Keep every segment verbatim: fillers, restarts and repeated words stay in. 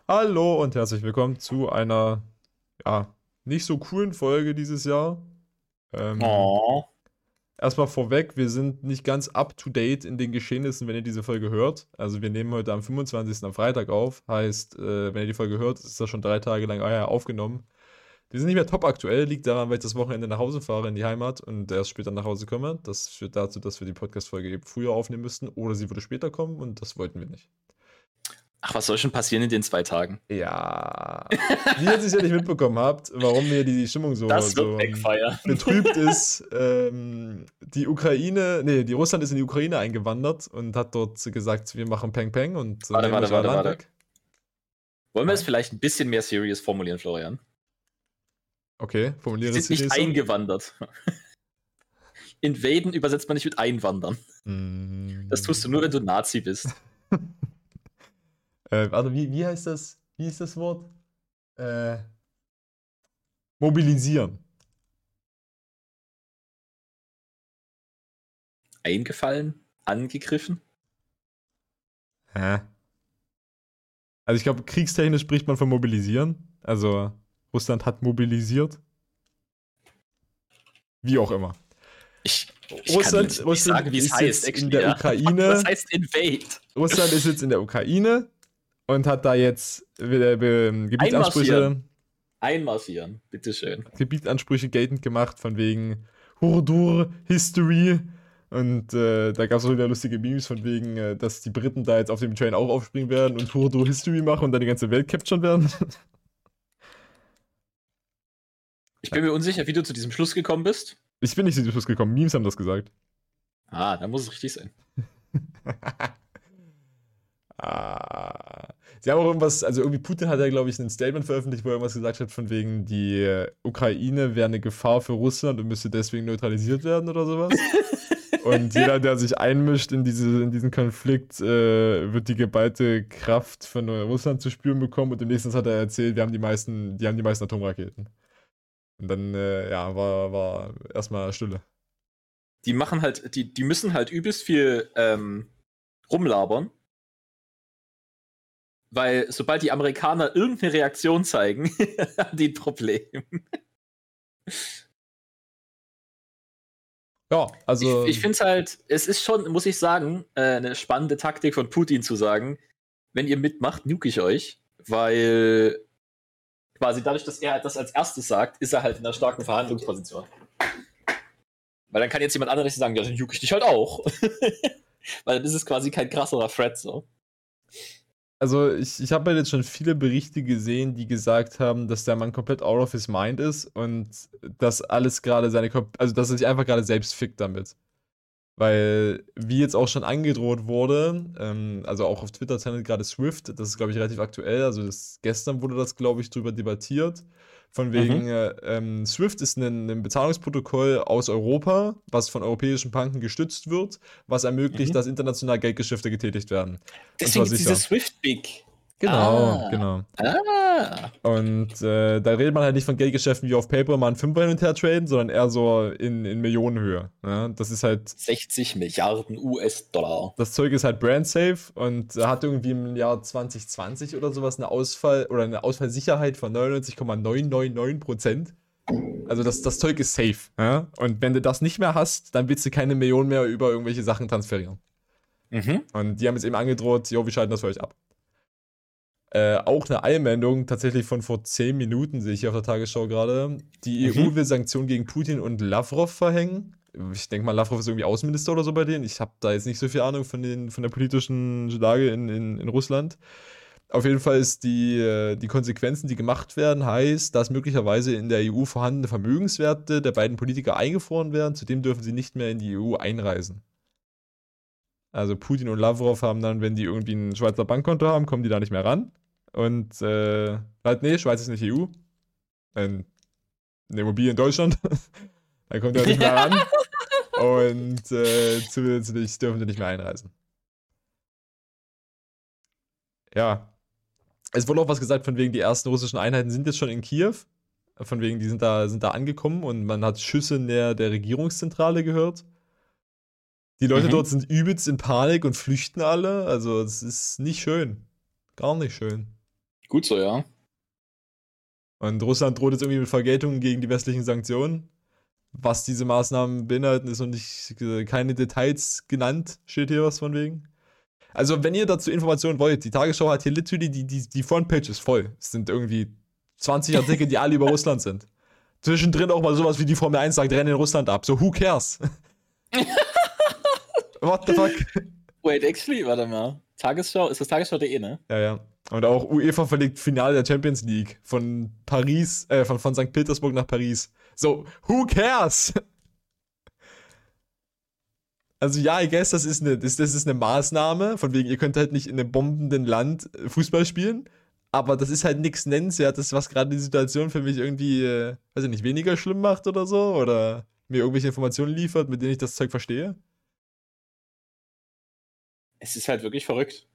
Hallo und herzlich willkommen zu einer, ja, nicht so coolen Folge dieses Jahr. Ähm, Oh, Erstmal vorweg, wir sind nicht ganz up to date in den Geschehnissen, wenn ihr diese Folge hört. Also wir nehmen heute am fünfundzwanzigsten am Freitag auf. Heißt, äh, wenn ihr die Folge hört, ist das schon drei Tage lang ah ja, aufgenommen. Die sind nicht mehr top aktuell, liegt daran, weil ich das Wochenende nach Hause fahre in die Heimat und erst später nach Hause komme. Das führt dazu, dass wir die Podcast-Folge eben früher aufnehmen müssten oder sie würde später kommen und das wollten wir nicht. ach, was soll schon passieren in den zwei Tagen? Ja, wie ihr es ja nicht mitbekommen habt, warum mir die Stimmung so, Das wird so ähm, Backfire. betrübt ist, ähm, die Ukraine, nee, die Russland ist in die Ukraine eingewandert und hat dort gesagt, wir machen Peng Peng und äh, Warte, nehmen warte, euch euer warte, Land warte. weg. Wollen wir es Ja, vielleicht ein bisschen mehr serious formulieren, Florian? okay, Die formuliere es sind nicht seriöser. eingewandert. Invaden übersetzt man nicht mit einwandern. Das tust du nur, Mm. wenn du Nazi bist. äh, warte, wie, wie heißt das? Wie ist das Wort? Äh, mobilisieren. Eingefallen? Angegriffen? Hä? Also ich glaube, kriegstechnisch spricht man von mobilisieren. Also Russland hat mobilisiert. Wie auch immer. Ich, ich kann Russland, nicht Russland sagen, wie es ist heißt. jetzt in Actually, der ja. Was Ukraine. heißt Invade? Russland ist jetzt in der Ukraine und hat da jetzt wieder Be- Gebietsansprüche, Einmarschieren. Einmarschieren. Bitteschön. Gebietsansprüche geltend gemacht, von wegen Hurdur, History. Und äh, da gab es auch wieder lustige Memes von wegen, äh, dass die Briten da jetzt auf dem Train auch aufspringen werden und Hurdur History machen und dann die ganze Welt capturen werden. Ich bin mir unsicher, wie du zu diesem Schluss gekommen bist. Ich bin nicht zu diesem Schluss gekommen, Memes haben das gesagt. Ah, dann muss es richtig sein. Ah. Sie haben auch irgendwas, also irgendwie Putin hat ja, glaube ich, ein Statement veröffentlicht, wo er irgendwas gesagt hat, von wegen, die äh, Ukraine wäre eine Gefahr für Russland und müsste deswegen neutralisiert werden oder sowas. Und jeder, der sich einmischt in, diese, in diesen Konflikt, äh, wird die geballte Kraft von Russland zu spüren bekommen. Und im nächsten Satz hat er erzählt, wir haben die meisten, die haben die meisten Atomraketen. Und dann, äh, ja, war, war erstmal Stille. Die machen halt, die, die müssen halt übelst viel ähm, rumlabern. Weil sobald die Amerikaner irgendeine Reaktion zeigen, haben die ein Problem. Ja, also. Ich, ich finde es halt, es ist schon, muss ich sagen, äh, eine spannende Taktik von Putin zu sagen, wenn ihr mitmacht, nuke ich euch. Weil quasi dadurch, dass er halt das als erstes sagt, ist er halt in einer starken Verhandlungsposition. Weil dann kann jetzt jemand anderes sagen, ja, dann nuke ich dich halt auch. Weil dann ist es quasi kein krasserer Threat so. Also ich, ich habe halt jetzt schon viele Berichte gesehen, die gesagt haben, dass der Mann komplett out of his mind ist und dass alles gerade seine, Kom- also dass er sich einfach gerade selbst fickt damit. Weil, wie jetzt auch schon angedroht wurde, ähm, also auch auf Twitter channelt gerade Swift, das ist, glaube ich, relativ aktuell, also das, gestern wurde das, glaube ich, drüber debattiert, von Mhm. wegen, äh, ähm, Swift ist ein, ein Bezahlungsprotokoll aus Europa, was von europäischen Banken gestützt wird, was ermöglicht, Mhm. dass international Geldgeschäfte getätigt werden. Und Deswegen zwar gibt es diese sicher. Swift-Big. Genau, Ah. genau. Ah. Und äh, da redet man halt nicht von Geldgeschäften wie auf Paper mal einen Fünfer hin und her traden, sondern eher so in, in Millionenhöhe. Ja? Das ist halt, sechzig Milliarden U S-Dollar. das Zeug ist halt brand safe und hat irgendwie im Jahr zwanzig zwanzig oder sowas eine Ausfall oder eine Ausfallsicherheit von neunundneunzig Komma neun neun neun Prozent. Also das, das Zeug ist safe. Ja? Und wenn du das nicht mehr hast, dann willst du keine Millionen mehr über irgendwelche Sachen transferieren. Mhm. Und die haben jetzt eben angedroht, jo, wir schalten das für euch ab. Äh, auch eine Einmeldung tatsächlich von vor zehn Minuten, sehe ich hier auf der Tagesschau gerade. Die E U Mhm. will Sanktionen gegen Putin und Lavrov verhängen. Ich denke mal, Lavrov ist irgendwie Außenminister oder so bei denen. Ich habe da jetzt nicht so viel Ahnung von, den, von der politischen Lage in, in, in Russland. Auf jeden Fall ist die, äh, die Konsequenzen, die gemacht werden, heißt, dass möglicherweise in der E U vorhandene Vermögenswerte der beiden Politiker eingefroren werden. Zudem dürfen sie nicht mehr in die E U einreisen. Also Putin und Lavrov haben dann, wenn die irgendwie ein Schweizer Bankkonto haben, kommen die da nicht mehr ran. Und äh, halt, nee, Schweiz ist nicht E U. Ein, eine Immobilie in Deutschland. Da kommt er nicht mehr ran. Und äh, zusätzlich dürfen sie nicht mehr einreisen. Ja. Es wurde auch was gesagt, von wegen, die ersten russischen Einheiten sind jetzt schon in Kiew. Von wegen, die sind da, sind da angekommen und man hat Schüsse näher der Regierungszentrale gehört. Die Leute Mhm. dort sind übelst in Panik und flüchten alle. Also, es ist nicht schön. Gar nicht schön. Gut so, ja. Und Russland droht jetzt irgendwie mit Vergeltungen gegen die westlichen Sanktionen. Was diese Maßnahmen beinhalten, ist noch nicht äh, keine Details genannt, steht hier was von wegen. Also, wenn ihr dazu Informationen wollt, die Tagesschau hat hier literally, die, die, die Frontpage ist voll. Es sind irgendwie zwanzig Artikel, die alle über Russland sind. Zwischendrin auch mal sowas wie die Formel eins sagt, rennen in Russland ab. So, who cares? What the fuck? Wait, actually, warte mal. Tagesschau, ist das Tagesschau punkt de, ne? Ja, ja. Und auch UEFA verlegt Finale der Champions League von Paris, äh, von, von Sankt Petersburg nach Paris. So, who cares? Also ja, I guess, das ist eine, das, das ist eine Maßnahme, von wegen, ihr könnt halt nicht in einem bombenden Land Fußball spielen, aber das ist halt nichts Nennenswertes, was gerade die Situation für mich irgendwie, äh, weiß ich nicht, weniger schlimm macht oder so, oder mir irgendwelche Informationen liefert, mit denen ich das Zeug verstehe. Es ist halt wirklich verrückt.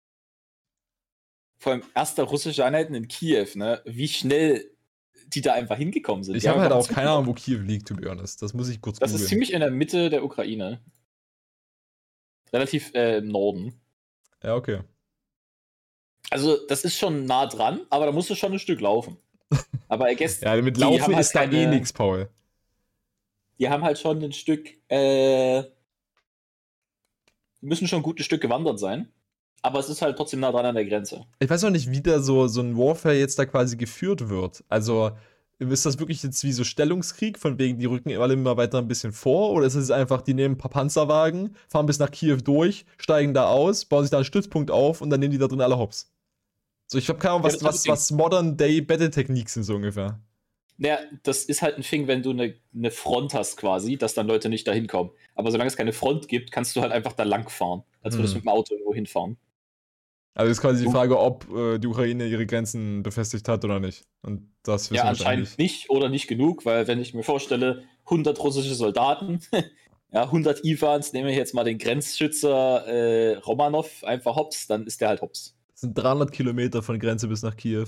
Vor allem erster russische Einheiten in Kiew, ne? Wie schnell die da einfach hingekommen sind. Ich habe halt auch keine Ahnung, wo Kiew liegt, to be honest. Das muss ich kurz Das googeln. ist ziemlich in der Mitte der Ukraine. Relativ äh, im Norden. Ja, okay. Also, das ist schon nah dran, aber da musst du schon ein Stück laufen. Aber I guess, ja, mit die Laufen haben halt ist da keine- eh nix, Paul. die haben halt schon ein Stück, äh, die müssen schon ein gutes Stück gewandert sein. Aber es ist halt trotzdem nah dran an der Grenze. Ich weiß auch nicht, wie da so, so ein Warfare jetzt da quasi geführt wird. Also, ist das wirklich jetzt wie so Stellungskrieg, von wegen, die rücken alle immer weiter ein bisschen vor? Oder ist es einfach, die nehmen ein paar Panzerwagen, fahren bis nach Kiew durch, steigen da aus, bauen sich da einen Stützpunkt auf und dann nehmen die da drin alle hops? So, ich habe keine Ahnung, Ja, was, das was, ist was Modern-Day-Battle-Techniques sind so ungefähr. Naja, das ist halt ein Ding, wenn du eine ne Front hast quasi, dass dann Leute nicht dahin kommen. Aber solange es keine Front gibt, kannst du halt einfach da lang fahren. Als würdest du Hm. mit dem Auto irgendwo hinfahren. Also ist quasi die Du- Frage, ob äh, die Ukraine ihre Grenzen befestigt hat oder nicht. Und das wissen Ja, wir anscheinend nicht oder nicht genug, weil wenn ich mir vorstelle, hundert russische Soldaten, ja, hundert Ivans, nehme ich jetzt mal den Grenzschützer äh, Romanov einfach hops, dann ist der halt hops. Das sind dreihundert Kilometer von Grenze bis nach Kiew.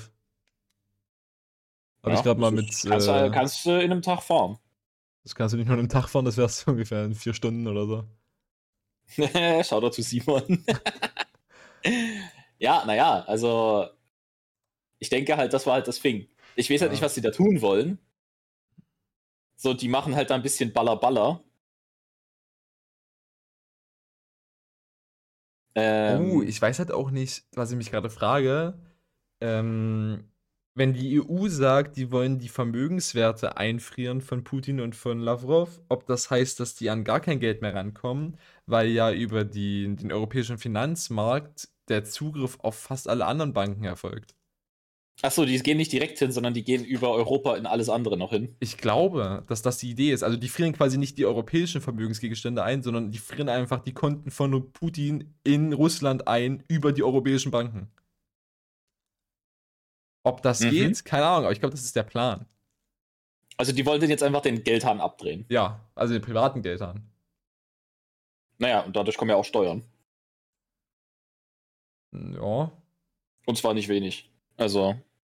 Habe Ja, ich gerade mal das mit. ist- Kannst, äh, du, kannst du in einem Tag fahren. Das kannst du nicht nur in einem Tag fahren, das wär's ungefähr in vier Stunden oder so. Schau da zu Simon. Ja, naja, also ich denke halt, das war halt das Ding. Ich weiß halt Ja. nicht, was sie da tun wollen. So, die machen halt da ein bisschen Baller Baller. Ähm, Oh, ich weiß halt auch nicht, was ich mich gerade frage. Ähm, wenn die E U sagt, die wollen die Vermögenswerte einfrieren von Putin und von Lavrov, ob das heißt, dass die an gar kein Geld mehr rankommen, weil ja über die, den europäischen Finanzmarkt der Zugriff auf fast alle anderen Banken erfolgt. Achso, die gehen nicht direkt hin, sondern die gehen über Europa in alles andere noch hin. Ich glaube, dass das die Idee ist. Also die frieren quasi nicht die europäischen Vermögensgegenstände ein, sondern die frieren einfach die Konten von Putin in Russland ein über die europäischen Banken. Ob das Mhm. geht? Keine Ahnung, aber ich glaube, das ist der Plan. Also die wollen den jetzt einfach den Geldhahn abdrehen. Ja, also den privaten Geldhahn. Naja, und dadurch kommen ja auch Steuern. Ja. Und zwar nicht wenig. Also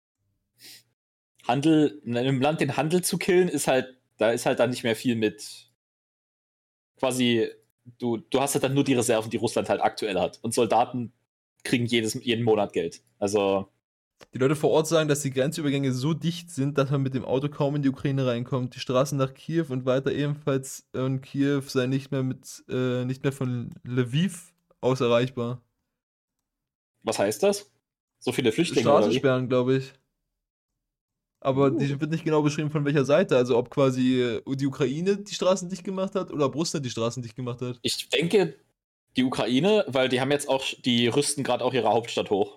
Handel, in einem Land den Handel zu killen, ist halt, da ist halt dann nicht mehr viel mit quasi, du, du hast halt dann nur die Reserven, die Russland halt aktuell hat. Und Soldaten kriegen jedes, jeden Monat Geld. Also, Die Leute vor Ort sagen, dass die Grenzübergänge so dicht sind, dass man mit dem Auto kaum in die Ukraine reinkommt. Die Straßen nach Kiew und weiter ebenfalls in Kiew seien nicht mehr mit, äh, nicht mehr von Lviv aus erreichbar. was heißt das? So viele Flüchtlinge oder wie? Straßensperren, glaube ich. Aber Uh. die wird nicht genau beschrieben, von welcher Seite. Also ob quasi äh, die Ukraine die Straßen dicht gemacht hat oder ob Russland die Straßen dicht gemacht hat. Ich denke, die Ukraine, weil die haben jetzt auch, die rüsten gerade auch ihre Hauptstadt hoch.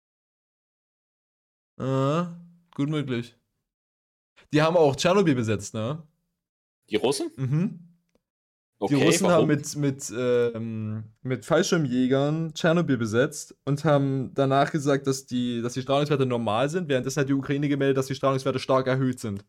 Ah, gut möglich. Die haben auch Tschernobyl besetzt, ne? Die Russen? Mhm. Okay, Die Russen warum? haben mit, mit, ähm, mit Fallschirmjägern Tschernobyl besetzt und haben danach gesagt, dass die, dass die Strahlungswerte normal sind, währenddessen hat die Ukraine gemeldet, dass die Strahlungswerte stark erhöht sind.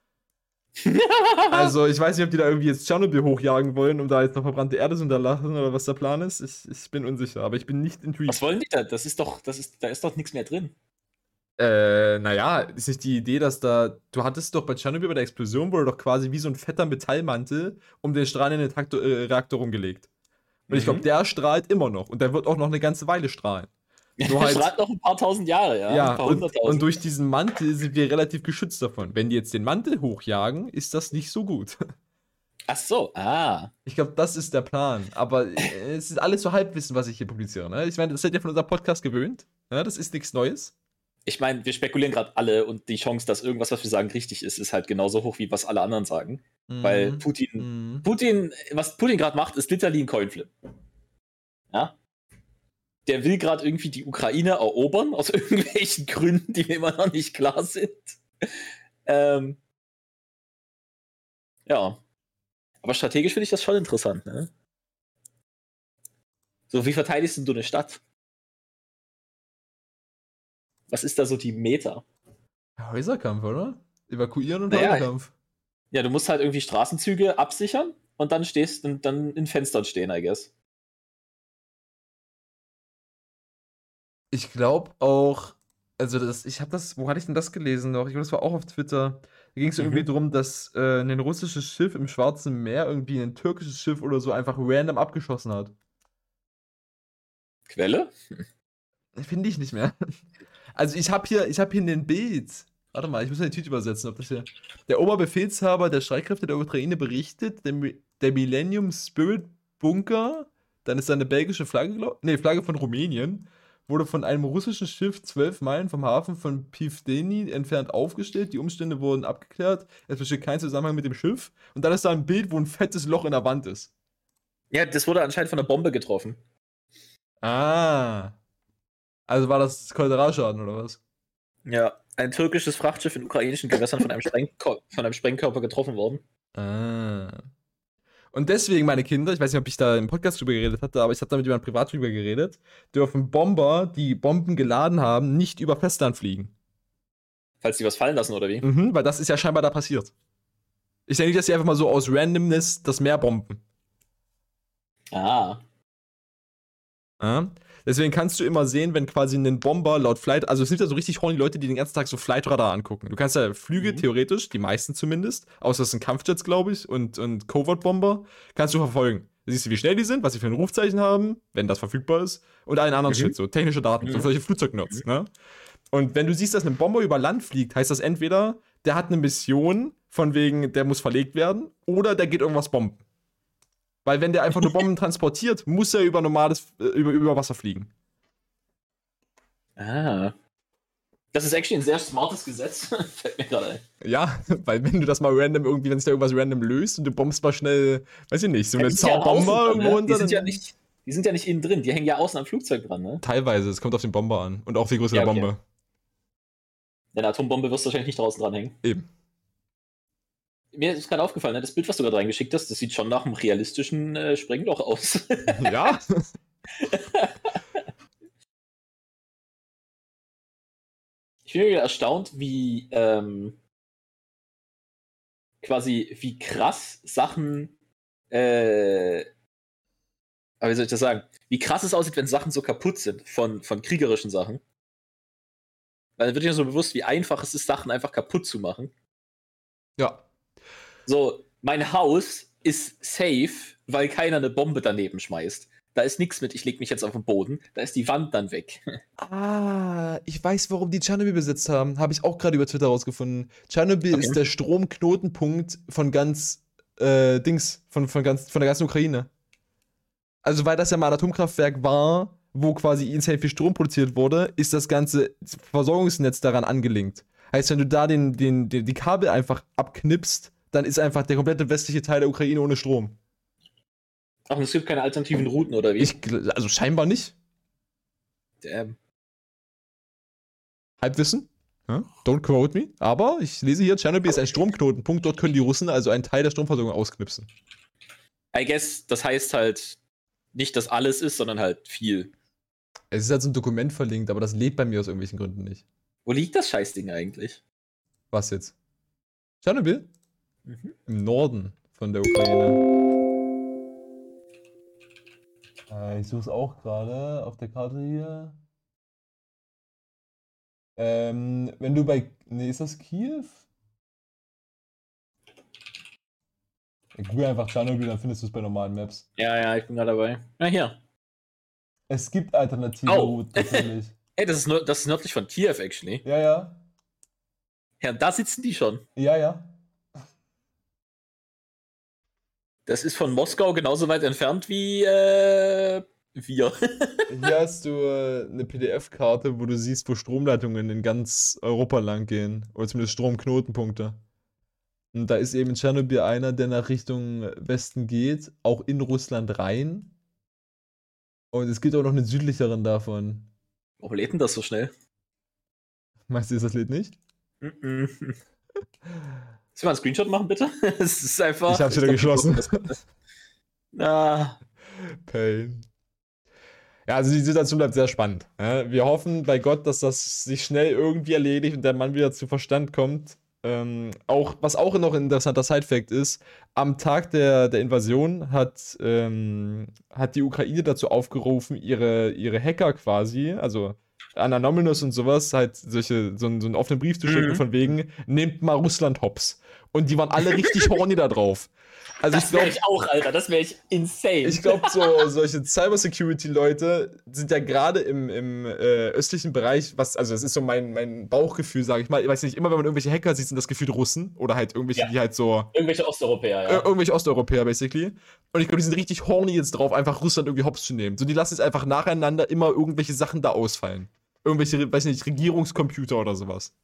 Also, ich weiß nicht, ob die da irgendwie jetzt Tschernobyl hochjagen wollen, um da jetzt noch verbrannte Erde zu hinterlassen oder was der Plan ist. Ich, ich bin unsicher, aber ich bin nicht intrigued. Was wollen die da? Das ist doch, das ist, da ist doch nichts mehr drin. Äh, naja, ist nicht die Idee, dass da. Du hattest doch bei Tschernobyl bei der Explosion wurde doch quasi wie so ein fetter Metallmantel um den strahlenden Traktor, äh, Reaktor rumgelegt. Und ich glaube, Mhm. der strahlt immer noch und der wird auch noch eine ganze Weile strahlen. Nur halt, Schreibt noch ein paar tausend Jahre, ja. ja, ein paar und, hunderttausend. und durch diesen Mantel sind wir relativ geschützt davon. Wenn die jetzt den Mantel hochjagen, ist das nicht so gut. Ach so, ah. Ich glaube, das ist der Plan. Aber äh, es ist alles so Halbwissen, was ich hier publiziere. Ne? Ich meine, das seid ihr von unserem Podcast gewöhnt. Ja, das ist nichts Neues. Ich meine, wir spekulieren gerade alle und die Chance, dass irgendwas, was wir sagen, richtig ist, ist halt genauso hoch, wie was alle anderen sagen. Mhm. Weil Putin, Mhm. Putin, was Putin gerade macht, ist literally ein Coinflip. Ja? Der will gerade irgendwie die Ukraine erobern, aus irgendwelchen Gründen, die mir immer noch nicht klar sind. ähm, ja. Aber strategisch finde ich das schon interessant, ne? So, wie verteidigst du eine Stadt? Was ist da so die Meta? Häuserkampf, oder? Evakuieren und Naja, Häuserkampf. Ja, du musst halt irgendwie Straßenzüge absichern und dann stehst und dann in Fenstern stehen, I guess. Ich glaube auch, also das, ich habe das, wo hatte ich denn das gelesen noch? Ich glaube, das war auch auf Twitter. Da ging es irgendwie Mhm. darum, dass äh, ein russisches Schiff im Schwarzen Meer irgendwie ein türkisches Schiff oder so einfach random abgeschossen hat. Quelle? Finde ich nicht mehr. Also ich habe hier, ich habe hier ein Bild. Warte mal, ich muss mal den Tweet übersetzen, ob das hier. Der Oberbefehlshaber der Streitkräfte der Ukraine berichtet, der, Mi- der Millennium Spirit Bunker, dann ist da eine belgische Flagge, glaub, nee, Flagge von Rumänien, wurde von einem russischen Schiff zwölf Meilen vom Hafen von Pivdeni entfernt aufgestellt. Die Umstände wurden abgeklärt. Es besteht kein Zusammenhang mit dem Schiff. Und dann ist da ein Bild, wo ein fettes Loch in der Wand ist. Ja, das wurde anscheinend von einer Bombe getroffen. Ah. Also war das Kollateralschaden oder was? Ja, ein türkisches Frachtschiff in ukrainischen Gewässern von einem, Sprengko von einem Sprengkörper getroffen worden. Ah. Und deswegen, meine Kinder, ich weiß nicht, ob ich da im Podcast drüber geredet hatte, aber ich habe da mit jemandem privat drüber geredet, dürfen Bomber, die Bomben geladen haben, nicht über Festland fliegen. Falls die was fallen lassen, oder wie? Mhm, weil das ist ja scheinbar da passiert. Ich denke nicht, dass sie einfach mal so aus Randomness das Meer bomben. Ah. Ja? Deswegen kannst du immer sehen, wenn quasi ein Bomber laut Flight, also es sind ja so richtig horny Leute, die den ganzen Tag so Flightradar angucken. Du kannst ja Flüge, Mhm. theoretisch, die meisten zumindest, außer es sind Kampfjets, glaube ich, und, und Covert-Bomber, kannst du verfolgen. Da siehst du, wie schnell die sind, was sie für ein Rufzeichen haben, wenn das verfügbar ist, und allen anderen Mhm. Shit, so technische Daten, so Mhm. solche Flugzeugnerds, ne? Und wenn du siehst, dass ein Bomber über Land fliegt, heißt das entweder, der hat eine Mission, von wegen, der muss verlegt werden, oder der geht irgendwas bomben. Weil wenn der einfach nur Bomben transportiert, muss er über normales, äh, über, über Wasser fliegen. Ah. Das ist actually ein sehr smartes Gesetz. Fällt mir gerade ein. Ja, weil wenn du das mal random irgendwie, wenn sich da irgendwas random löst und du bombst mal schnell, weiß ich nicht, so Ja, eine die sind ja außen Zaubbomber dran, irgendwo ne? runter. Die sind ja dann- nicht, die sind ja nicht innen drin, die hängen ja außen am Flugzeug dran, ne? Teilweise, es kommt auf den Bomber an. Und auch wie groß Ja, der okay. Bombe. Eine Atombombe wirst du wahrscheinlich nicht draußen dranhängen. Eben. Mir ist gerade aufgefallen, ne? Das Bild, was du gerade reingeschickt hast, das sieht schon nach einem realistischen äh, Sprengloch aus. Ja. Ich bin wieder erstaunt, wie ähm, quasi, wie krass Sachen, äh, aber wie soll ich das sagen? Wie krass es aussieht, wenn Sachen so kaputt sind von, von kriegerischen Sachen. Weil dann wird dir so bewusst, wie einfach es ist, Sachen einfach kaputt zu machen. Ja. So, mein Haus ist safe, weil keiner eine Bombe daneben schmeißt. Da ist nichts mit, ich leg mich jetzt auf den Boden, da ist die Wand dann weg. Ah, ich weiß, warum die Tschernobyl besetzt haben. Habe ich auch gerade über Twitter rausgefunden. Tschernobyl Okay. ist der Stromknotenpunkt von ganz, äh, Dings, von, von, ganz, von der ganzen Ukraine. Also, weil das ja mal ein Atomkraftwerk war, wo quasi insane viel Strom produziert wurde, ist das ganze Versorgungsnetz daran angelinkt. Heißt, wenn du da den, den, den, die Kabel einfach abknipst, dann ist einfach der komplette westliche Teil der Ukraine ohne Strom. Ach, und es gibt keine alternativen Routen, oder wie? Ich, gl- also scheinbar nicht. Damn. Halbwissen. Ja? Don't quote me. Aber ich lese hier, Tschernobyl ist ein Stromknotenpunkt. Dort können die Russen also einen Teil der Stromversorgung ausknipsen. I guess, das heißt halt nicht, dass alles ist, sondern halt viel. Es ist halt so ein Dokument verlinkt, aber das lädt bei mir aus irgendwelchen Gründen nicht. Wo liegt das Scheißding eigentlich? Was jetzt? Tschernobyl? Mhm. Im Norden von der Ukraine. Äh, ich suche es auch gerade auf der Karte hier. Ähm, wenn du bei. Nee, ist das Kiew? Ich google einfach Tschernobyl, dann findest du es bei normalen Maps. Ja, ja, ich bin gerade dabei. Na hier. Es gibt alternative Oh. Routen, natürlich. Ey, das ist, nör- das ist nördlich von Kiew, actually. Ja, ja. Ja, da sitzen die schon. Ja, ja. Das ist von Moskau genauso weit entfernt wie äh, wir. Hier hast du äh, eine P D F-Karte, wo du siehst, wo Stromleitungen in ganz Europa lang gehen. Oder zumindest Stromknotenpunkte. Und da ist eben in Tschernobyl einer, der nach Richtung Westen geht, auch in Russland rein. Und es gibt auch noch einen südlicheren davon. Warum lädt denn das so schnell? Meinst du, ist das Lied nicht? Mhm. Willst du mal einen Screenshot machen, bitte? Es ist einfach. Ich hab's wieder glaub, geschlossen. das kommt- Ah, Pain. Ja, also die Situation bleibt sehr spannend. Ja, wir hoffen bei Gott, dass das sich schnell irgendwie erledigt und der Mann wieder zu Verstand kommt. Ähm, auch, was auch noch ein interessanter Side-Fact ist, am Tag der, der Invasion hat, ähm, hat die Ukraine dazu aufgerufen, ihre, ihre Hacker quasi, also Anonymous und sowas, halt solche, so, einen- so einen offenen Brief zu schicken Mhm. von wegen, nehmt mal Russland hops. Und die waren alle richtig horny da drauf. Also ich das wäre glaube, ich auch, Alter. Das wäre ich insane. ich glaube, so, solche Cybersecurity-Leute sind ja gerade im, im äh, östlichen Bereich, was, also das ist so mein, mein Bauchgefühl, sage ich mal. Ich weiß nicht, immer wenn man irgendwelche Hacker sieht, sind das gefühlt Russen oder halt irgendwelche, Ja. die halt so, Irgendwelche Osteuropäer, äh, ja. irgendwelche Osteuropäer, basically. Und ich glaube, die sind richtig horny jetzt drauf, einfach Russland irgendwie hops zu nehmen. So, die lassen jetzt einfach nacheinander immer irgendwelche Sachen da ausfallen. Irgendwelche, weiß nicht, Regierungscomputer oder sowas.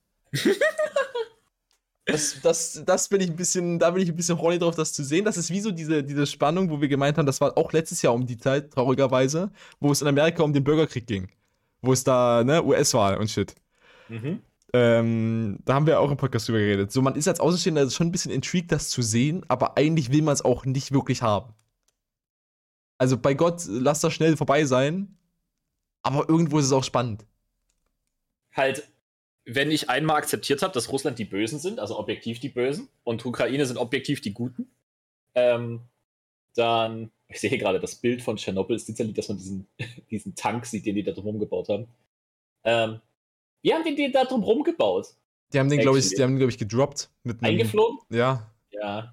Das, das, das bin ich ein bisschen, da bin ich ein bisschen horny drauf, das zu sehen. Das ist wie so diese, diese Spannung, wo wir gemeint haben, das war auch letztes Jahr um die Zeit, traurigerweise, wo es in Amerika um den Bürgerkrieg ging. Wo es da, ne, U S-Wahl und shit. Mhm. Ähm, da haben wir auch im Podcast drüber geredet. So, man ist als Außenstehender schon ein bisschen intrigued, das zu sehen, aber eigentlich will man es auch nicht wirklich haben. Also bei Gott, lass das schnell vorbei sein, aber irgendwo ist es auch spannend. Halt, wenn ich einmal akzeptiert habe, dass Russland die Bösen sind, also objektiv die Bösen, und Ukraine sind objektiv die Guten, ähm, dann, ich sehe hier gerade das Bild von Tschernobyl, es sieht ja nicht, dass man diesen, diesen Tank sieht, den die da drum rumgebaut haben. Ähm, wie haben die den da drum rumgebaut? Die haben den, glaube ich, Actually. die haben, glaube ich, gedroppt. Mit einem, Eingeflogen? Ja. Ja.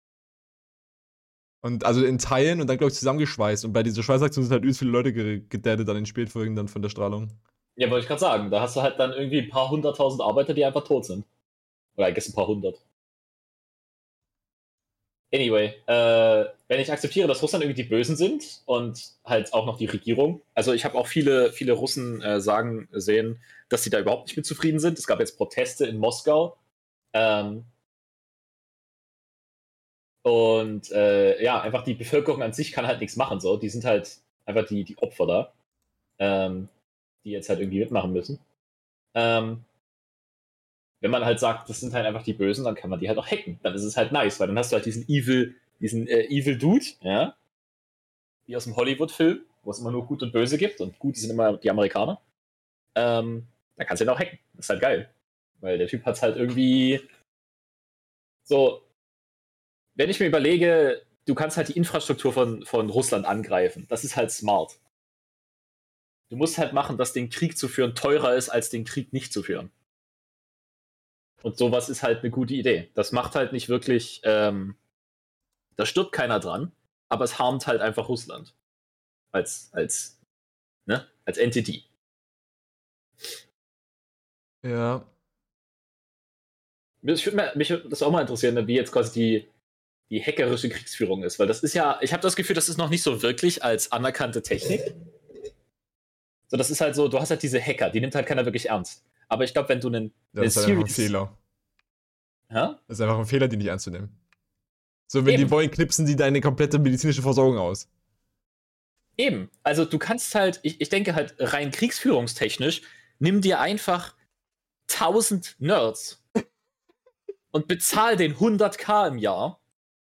Und also in Teilen und dann, glaube ich, zusammengeschweißt. Und bei dieser Schweißaktion sind halt übelst viele Leute ge- gedaddet dann in Spätfolgen dann von der Strahlung. Ja, wollte ich gerade sagen. Da hast du halt dann irgendwie ein paar hunderttausend Arbeiter, die einfach tot sind. Oder I guess ein paar hundert. Anyway, äh, wenn ich akzeptiere, dass Russland irgendwie die Bösen sind und halt auch noch die Regierung, also ich habe auch viele, viele Russen äh, sagen sehen, dass sie da überhaupt nicht mit zufrieden sind. Es gab jetzt Proteste in Moskau. Ähm, und äh, ja, einfach die Bevölkerung an sich kann halt nichts machen. So. Die sind halt einfach die, die Opfer da, ähm, die jetzt halt irgendwie mitmachen müssen. Ähm, wenn man halt sagt, das sind halt einfach die Bösen, dann kann man die halt auch hacken. Dann ist es halt nice, weil dann hast du halt diesen Evil, diesen äh, Evil Dude, ja, wie aus dem Hollywood-Film, wo es immer nur Gut und Böse gibt und gut sind immer die Amerikaner. Ähm, dann kannst du ihn auch hacken. Das ist halt geil. Weil der Typ hat halt irgendwie so, wenn ich mir überlege, du kannst halt die Infrastruktur von, von Russland angreifen. Das ist halt smart. Du musst halt machen, dass den Krieg zu führen teurer ist, als den Krieg nicht zu führen. Und sowas ist halt eine gute Idee. Das macht halt nicht wirklich, ähm, da stirbt keiner dran, aber es harmt halt einfach Russland. Als, als, ne, als Entity. Ja. Mich würde mich würd das auch mal interessieren, wie jetzt quasi die, die hackerische Kriegsführung ist, weil das ist ja, ich habe das Gefühl, das ist noch nicht so wirklich als anerkannte Technik. So, das ist halt so, du hast halt diese Hacker, die nimmt halt keiner wirklich ernst. Aber ich glaube, wenn du einen. Das ist einfach ein Fehler. Ja? Das ist einfach ein Fehler, die nicht anzunehmen. So, wenn Eben. die wollen, knipsen die deine komplette medizinische Versorgung aus. Eben. Also du kannst halt, ich, ich denke halt rein kriegsführungstechnisch, nimm dir einfach tausend Nerds und bezahl den hunderttausend im Jahr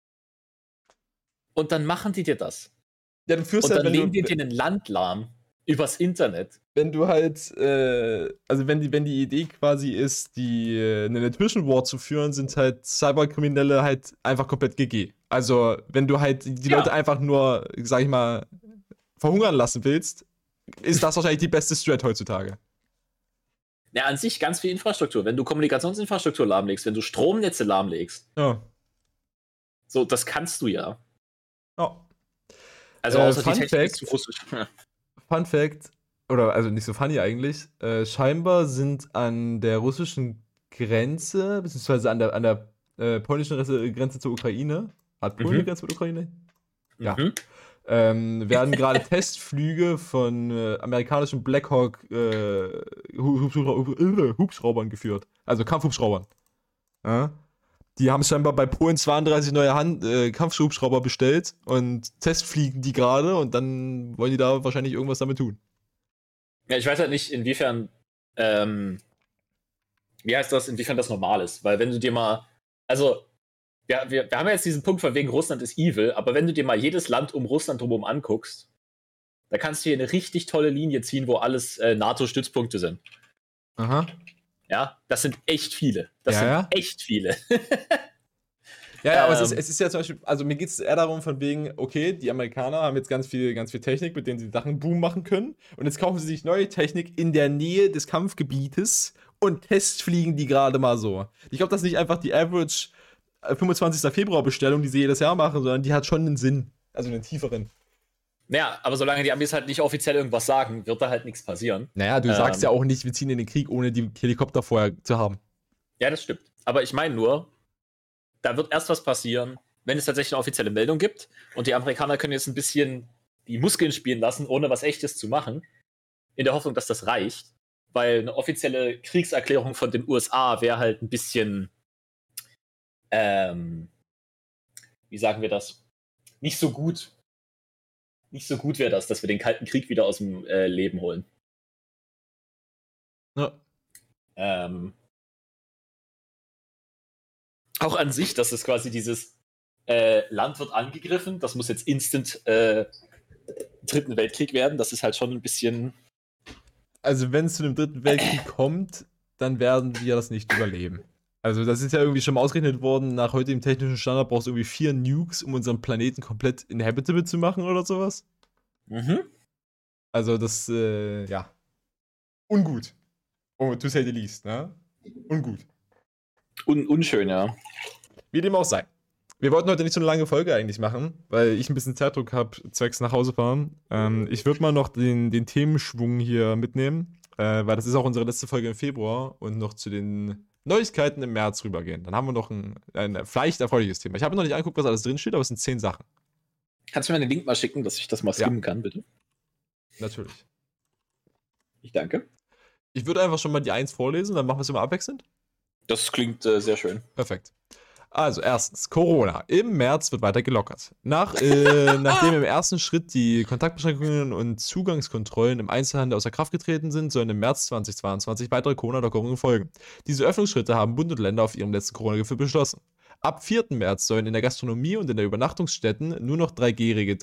und dann machen die dir das. Ja, du führst Und halt, dann wenn legen die du, dir ein Land lahm übers Internet. wenn du halt, äh, also wenn die, wenn die Idee quasi ist, die äh, eine Attrition War zu führen, sind halt Cyberkriminelle halt einfach komplett G G. Also, wenn du halt die Ja. Leute einfach nur, sag ich mal, verhungern lassen willst, ist das wahrscheinlich die beste Strat heutzutage. Ja, an sich ganz viel Infrastruktur. Wenn du Kommunikationsinfrastruktur lahmlegst, wenn du Stromnetze lahmlegst, Ja. so, das kannst du ja. Ja. Also Äh, außer Fun die Technik ist Fact. zu russisch. Fun Fact, oder also nicht so funny eigentlich, äh, scheinbar sind an der russischen Grenze, beziehungsweise an der, an der äh, polnischen Grenze, Grenze zur Ukraine, hat Polen eine Mhm. Grenze mit Ukraine? Ja. Mhm. Ähm, werden gerade Testflüge von äh, amerikanischen Blackhawk äh, Hubschraubern, Hubschraubern geführt. Also Kampfhubschraubern. Ja? Die haben scheinbar bei Polen zweiunddreißig neue Hand, äh, Kampfhubschrauber bestellt und testfliegen die gerade und dann wollen die da wahrscheinlich irgendwas damit tun. Ja, ich weiß halt nicht, inwiefern, ähm, wie heißt das, inwiefern das normal ist. Weil wenn du dir mal, also, wir, wir, wir haben ja jetzt diesen Punkt von wegen Russland ist evil, aber wenn du dir mal jedes Land um Russland drumherum anguckst, da kannst du hier eine richtig tolle Linie ziehen, wo alles äh, NATO-Stützpunkte sind. Aha. Ja, das sind echt viele. Das Ja, sind ja. echt viele. Ja, ja, aber es ist, Ähm. es ist ja zum Beispiel, also mir geht es eher darum, von wegen, okay, die Amerikaner haben jetzt ganz viel, ganz viel Technik, mit denen sie Sachen boom machen können. Und jetzt kaufen sie sich neue Technik in der Nähe des Kampfgebietes und testfliegen die gerade mal so. Ich glaube, das ist nicht einfach die Average äh, fünfundzwanzigsten Februar Bestellung, die sie jedes Jahr machen, sondern die hat schon einen Sinn. Also einen tieferen. Naja, aber solange die Amis halt nicht offiziell irgendwas sagen, wird da halt nichts passieren. Naja, du Ähm. sagst ja auch nicht, wir ziehen in den Krieg, ohne die Helikopter vorher zu haben. Ja, das stimmt. Aber ich meine nur, da wird erst was passieren, wenn es tatsächlich eine offizielle Meldung gibt und die Amerikaner können jetzt ein bisschen die Muskeln spielen lassen, ohne was Echtes zu machen, in der Hoffnung, dass das reicht, weil eine offizielle Kriegserklärung von den U S A wäre halt ein bisschen, ähm, wie sagen wir das, nicht so gut. Nicht so gut wäre das, dass wir den Kalten Krieg wieder aus dem äh, Leben holen. Ja. Ähm, auch an sich, dass es quasi dieses äh, Land wird angegriffen, das muss jetzt instant äh, Dritten Weltkrieg werden, das ist halt schon ein bisschen. Also wenn es zu einem Dritten Weltkrieg kommt, dann werden wir das nicht überleben. Also das ist ja irgendwie schon mal ausgerechnet worden, nach heutigem technischen Standard brauchst du irgendwie vier Nukes, um unseren Planeten komplett inhabitable zu machen oder sowas. Mhm. Also das, äh, ja. Ungut. Oh, to say the least, ne? Ungut. Un unschön, ja. Wie dem auch sei. Wir wollten heute nicht so eine lange Folge eigentlich machen, weil ich ein bisschen Zeitdruck habe, zwecks nach Hause fahren. Ähm, ich würde mal noch den, den Themenschwung hier mitnehmen, äh, weil das ist auch unsere letzte Folge im Februar und noch zu den Neuigkeiten im März rübergehen. Dann haben wir noch ein, ein vielleicht erfreuliches Thema. Ich habe noch nicht angeguckt, was alles drinsteht, aber es sind zehn Sachen. Kannst du mir einen Link mal schicken, dass ich das mal skimmen ja. kann, bitte? Natürlich. Ich danke. Ich würde einfach schon mal die eins vorlesen, dann machen wir es immer abwechselnd. Das klingt äh, sehr schön. Perfekt. Also erstens, Corona. Im März wird weiter gelockert. Nach, äh, nachdem im ersten Schritt die Kontaktbeschränkungen und Zugangskontrollen im Einzelhandel außer Kraft getreten sind, sollen im März zweitausendzweiundzwanzig weitere Corona-Lockerungen folgen. Diese Öffnungsschritte haben Bund und Länder auf ihrem letzten Corona-Gipfel beschlossen. Ab vierten März sollen in der Gastronomie und in der Übernachtungsstätten nur noch drei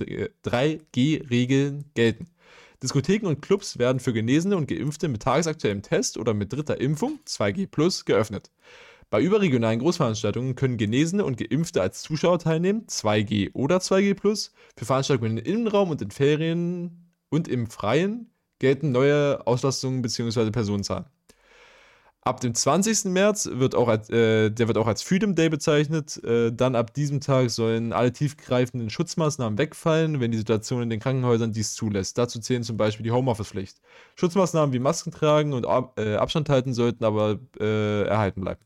G-Regeln gelten. Diskotheken und Clubs werden für Genesene und Geimpfte mit tagesaktuellem Test oder mit dritter Impfung, zwei G plus, geöffnet. Bei überregionalen Großveranstaltungen können Genesene und Geimpfte als Zuschauer teilnehmen, zwei G oder zwei G plus. Für Veranstaltungen im Innenraum und in Ferien und im Freien gelten neue Auslastungen bzw. Personenzahlen. Ab dem zwanzigsten März wird auch als, äh, der wird auch als Freedom Day bezeichnet. Äh, dann ab diesem Tag sollen alle tiefgreifenden Schutzmaßnahmen wegfallen, wenn die Situation in den Krankenhäusern dies zulässt. Dazu zählen zum Beispiel die Homeoffice-Pflicht. Schutzmaßnahmen wie Masken tragen und äh, Abstand halten sollten aber äh, erhalten bleiben.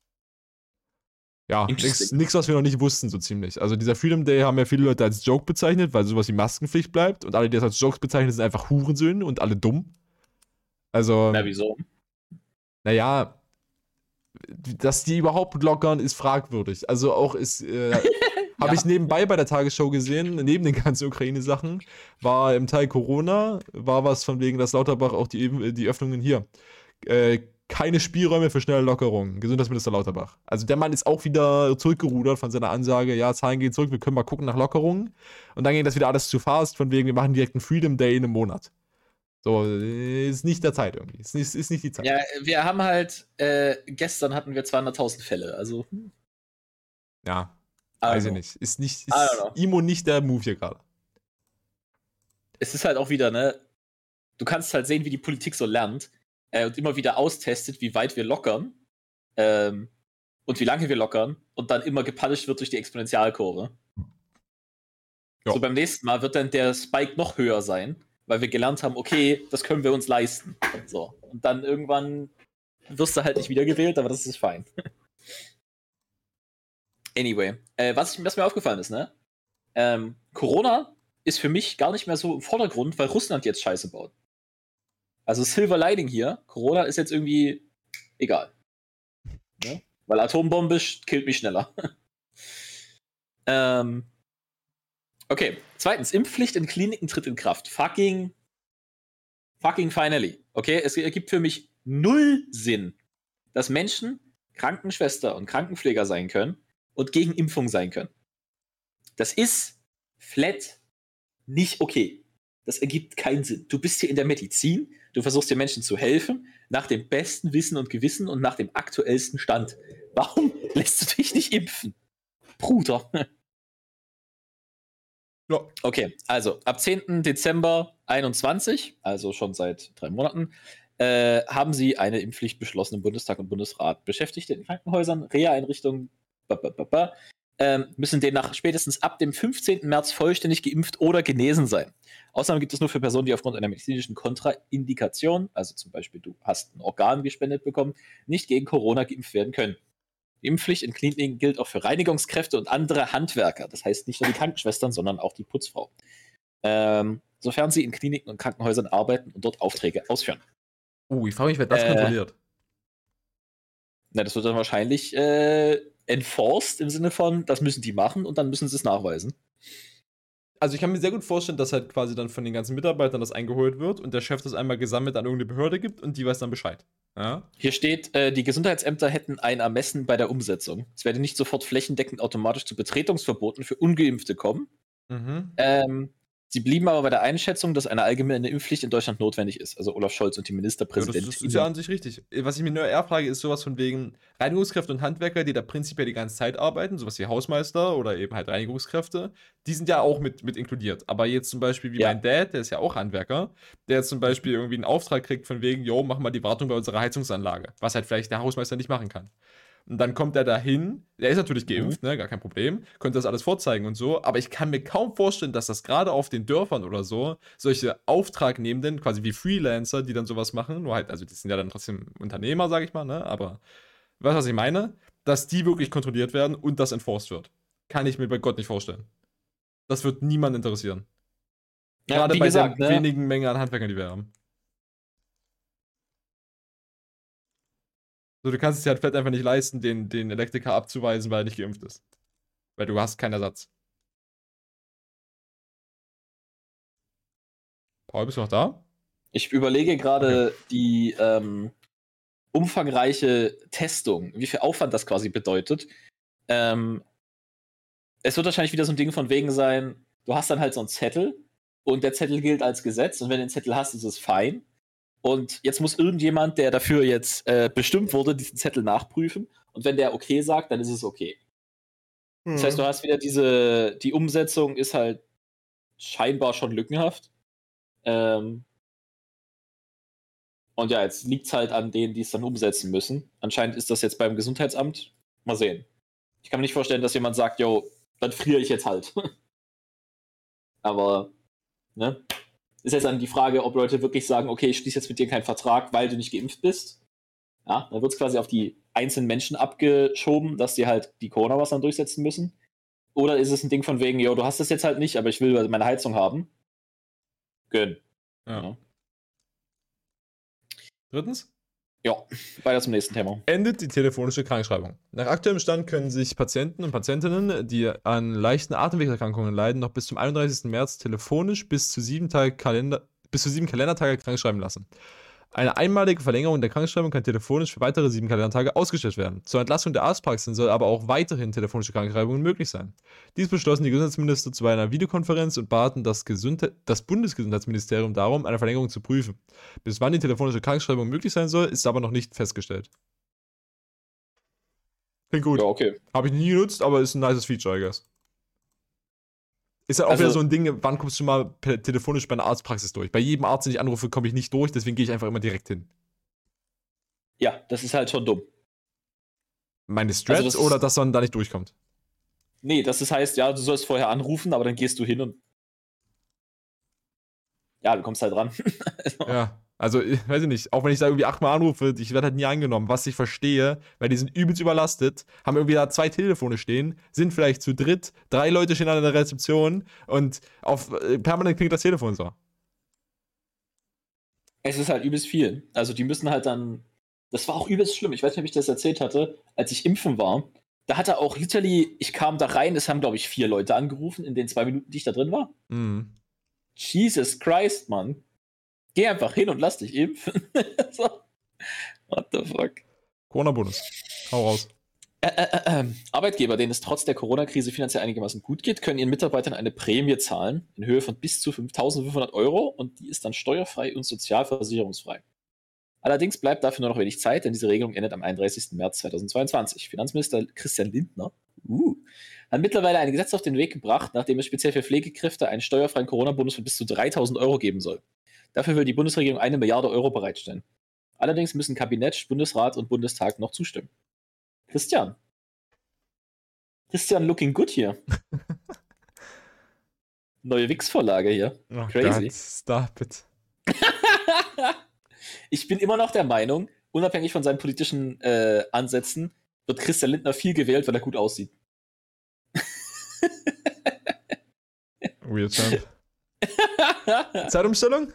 Ja, nichts, was wir noch nicht wussten, so ziemlich. Also dieser Freedom Day haben ja viele Leute als Joke bezeichnet, weil sowas wie Maskenpflicht bleibt. Und alle, die das als Jokes bezeichnen, sind einfach Hurensöhne und alle dumm. Also. Na, wieso? Naja, dass die überhaupt lockern, ist fragwürdig. Also auch ist, äh, ja. habe ich nebenbei bei der Tagesschau gesehen, neben den ganzen Ukraine-Sachen, war im Teil Corona, war was von wegen, dass Lauterbach auch die, die Öffnungen hier, äh, keine Spielräume für schnelle Lockerungen. Gesundheitsminister Lauterbach. Also der Mann ist auch wieder zurückgerudert von seiner Ansage, ja, Zahlen gehen zurück, wir können mal gucken nach Lockerungen. Und dann ging das wieder alles zu fast, von wegen, wir machen direkt einen Freedom Day in einem Monat. So, ist nicht der Zeit irgendwie. Ist nicht, ist nicht die Zeit. Ja, wir haben halt, äh, gestern hatten wir zweihunderttausend Fälle, also. Ja, weiß ich nicht. Ist nicht, ist Imo nicht der Move hier gerade. Es ist halt auch wieder, ne, du kannst halt sehen, wie die Politik so lernt äh, und immer wieder austestet, wie weit wir lockern ähm, und wie lange wir lockern und dann immer gepunished wird durch die Exponentialkurve. Jo. So beim nächsten Mal wird dann der Spike noch höher sein weil wir gelernt haben, okay, das können wir uns leisten. So. Und dann irgendwann wirst du halt nicht wiedergewählt, aber das ist fein. Anyway, äh, was, was mir aufgefallen ist, ne? Ähm, Corona ist für mich gar nicht mehr so im Vordergrund, weil Russland jetzt Scheiße baut. Also Silver Lining hier, Corona ist jetzt irgendwie egal. Ne? Weil Atombombe killt mich schneller. ähm, okay, zweitens, Impfpflicht in Kliniken tritt in Kraft. Fucking, fucking finally. Okay, es ergibt für mich null Sinn, dass Menschen Krankenschwester und Krankenpfleger sein können und gegen Impfung sein können. Das ist flat nicht okay. Das ergibt keinen Sinn. Du bist hier in der Medizin, du versuchst den Menschen zu helfen, nach dem besten Wissen und Gewissen und nach dem aktuellsten Stand. Warum lässt du dich nicht impfen? Bruder. Ja. Okay, also ab zehnten Dezember einundzwanzig, also schon seit drei Monaten, äh, haben sie eine Impfpflicht beschlossen im Bundestag und Bundesrat. Beschäftigte in Krankenhäusern, Reha-Einrichtungen, ähm, müssen demnach spätestens ab dem fünfzehnten März vollständig geimpft oder genesen sein. Ausnahmen gibt es nur für Personen, die aufgrund einer medizinischen Kontraindikation, also zum Beispiel du hast ein Organ gespendet bekommen, nicht gegen Corona geimpft werden können. Die Impfpflicht in Kliniken gilt auch für Reinigungskräfte und andere Handwerker. Das heißt nicht nur die Krankenschwestern, sondern auch die Putzfrau. Ähm, sofern sie in Kliniken und Krankenhäusern arbeiten und dort Aufträge ausführen. Oh, ich frage mich, wer das Äh, kontrolliert. Na, das wird dann wahrscheinlich äh, enforced im Sinne von, das müssen die machen und dann müssen sie es nachweisen. Also ich kann mir sehr gut vorstellen, dass halt quasi dann von den ganzen Mitarbeitern das eingeholt wird und der Chef das einmal gesammelt an irgendeine Behörde gibt und die weiß dann Bescheid. Ja? Hier steht, äh, die Gesundheitsämter hätten ein Ermessen bei der Umsetzung. Es werde nicht sofort flächendeckend automatisch zu Betretungsverboten für Ungeimpfte kommen. Mhm. Ähm, sie blieben aber bei der Einschätzung, dass eine allgemeine Impfpflicht in Deutschland notwendig ist. Also Olaf Scholz und die Ja, Ministerpräsidenten. das ist, ist ja an sich richtig. Was ich mir nur eher frage, ist sowas von wegen Reinigungskräfte und Handwerker, die da prinzipiell die ganze Zeit arbeiten, sowas wie Hausmeister oder eben halt Reinigungskräfte, die sind ja auch mit, mit inkludiert. Aber jetzt zum Beispiel wie Ja. mein Dad, der ist ja auch Handwerker, der jetzt zum Beispiel irgendwie einen Auftrag kriegt von wegen, yo, mach mal die Wartung bei unserer Heizungsanlage, was halt vielleicht der Hausmeister nicht machen kann. Und dann kommt er dahin, der ist natürlich geimpft, ne, gar kein Problem, könnte das alles vorzeigen und so, aber ich kann mir kaum vorstellen, dass das gerade auf den Dörfern oder so, solche Auftragnehmenden, quasi wie Freelancer, die dann sowas machen, nur halt, also die sind ja dann trotzdem Unternehmer, sag ich mal, ne, aber, weißt du, was ich meine? Dass die wirklich kontrolliert werden und das enforced wird. Kann ich mir bei Gott nicht vorstellen. Das wird niemand interessieren. Ja, Gerade wie bei gesagt, der ne? wenigen Menge an Handwerkern, die wir haben. So, du kannst es dir halt vielleicht einfach nicht leisten, den, den Elektriker abzuweisen, weil er nicht geimpft ist. Weil du hast keinen Ersatz. Paul, bist du noch da? Ich überlege gerade die ähm, umfangreiche Testung, wie viel Aufwand das quasi bedeutet. Ähm, es wird wahrscheinlich wieder so ein Ding von wegen sein, du hast dann halt so einen Zettel und der Zettel gilt als Gesetz und wenn du den Zettel hast, ist es fein. Und jetzt muss irgendjemand, der dafür jetzt äh, bestimmt wurde, diesen Zettel nachprüfen. Und wenn der okay sagt, dann ist es okay. Mhm. Das heißt, du hast wieder diese, die Umsetzung ist halt scheinbar schon lückenhaft. Ähm, und ja, jetzt liegt es halt an denen, die es dann umsetzen müssen. Anscheinend ist das jetzt beim Gesundheitsamt. Mal sehen. Ich kann mir nicht vorstellen, dass jemand sagt, yo, dann friere ich jetzt halt. Aber, ne? Ist jetzt dann die Frage, ob Leute wirklich sagen, okay, ich schließe jetzt mit dir keinen Vertrag, weil du nicht geimpft bist. Ja, dann wird es quasi auf die einzelnen Menschen abgeschoben, dass die halt die Corona-Maßnahmen durchsetzen müssen. Oder ist es ein Ding von wegen, yo, du hast das jetzt halt nicht, aber ich will meine Heizung haben. Gönn. Ja. Ja. Drittens? Ja, weiter zum nächsten Thema. Endet die telefonische Krankschreibung. Nach aktuellem Stand können sich Patienten und Patientinnen, die an leichten Atemwegserkrankungen leiden, noch bis zum einunddreißigsten März telefonisch bis zu sieben Tage Kalender, bis zu sieben Kalendertage krankschreiben lassen. Eine einmalige Verlängerung der Krankschreibung kann telefonisch für weitere sieben Kalendertage ausgestellt werden. Zur Entlastung der Arztpraxen soll aber auch weiterhin telefonische Krankschreibungen möglich sein. Dies beschlossen die Gesundheitsminister zu einer Videokonferenz und baten das, Gesundheit, das Bundesgesundheitsministerium darum, eine Verlängerung zu prüfen. Bis wann die telefonische Krankschreibung möglich sein soll, ist aber noch nicht festgestellt. Klingt gut. Ja, okay. Habe ich nie genutzt, aber ist ein nices Feature, I guess. Ist ja auch Also- wieder so ein Ding, wann kommst du mal per- telefonisch bei einer Arztpraxis durch? Bei jedem Arzt, den ich anrufe, komme ich nicht durch, deswegen gehe ich einfach immer direkt hin. Ja, das ist halt schon dumm. Meine Strats Also das ist- oder dass man da nicht durchkommt? Nee, das ist heißt, ja, du sollst vorher anrufen, aber dann gehst du hin und. ja, du kommst halt ran. Also, Ja, also, ich weiß ich nicht, auch wenn ich da irgendwie achtmal anrufe, ich werde halt nie angenommen, was ich verstehe, weil die sind übelst überlastet, haben irgendwie da zwei Telefone stehen, sind vielleicht zu dritt, drei Leute stehen an der Rezeption und auf äh, permanent klingt das Telefon so. es ist halt übelst viel. Also die müssen halt dann, das war auch übelst schlimm. Ich weiß nicht, ob ich das erzählt hatte, als ich impfen war. Da hatte auch literally, ich kam da rein, es haben, glaube ich, vier Leute angerufen in den zwei Minuten, die ich da drin war. Mhm. Jesus Christ, Mann. Geh einfach hin und lass dich impfen. So. What the fuck? Corona-Bonus. Hau raus. Ä äh, äh, äh, Arbeitgeber, denen es trotz der Corona-Krise finanziell einigermaßen gut geht, können ihren Mitarbeitern eine Prämie zahlen in Höhe von bis zu fünftausendfünfhundert Euro und die ist dann steuerfrei und sozialversicherungsfrei. Allerdings bleibt dafür nur noch wenig Zeit, denn diese Regelung endet am einunddreißigsten März zweitausendzweiundzwanzig. Finanzminister Christian Lindner uh, hat mittlerweile ein Gesetz auf den Weg gebracht, nachdem es speziell für Pflegekräfte einen steuerfreien Corona-Bonus von bis zu dreitausend Euro geben soll. Dafür will die Bundesregierung eine Milliarde Euro bereitstellen. Allerdings müssen Kabinett, Bundesrat und Bundestag noch zustimmen. Christian. Christian looking good hier. Neue Wix-Vorlage hier. Oh Crazy. Gott, stop it. Ich bin immer noch der Meinung, unabhängig von seinen politischen äh, Ansätzen, wird Christian Lindner viel gewählt, weil er gut aussieht. Weird Champ. Zeitumstellung?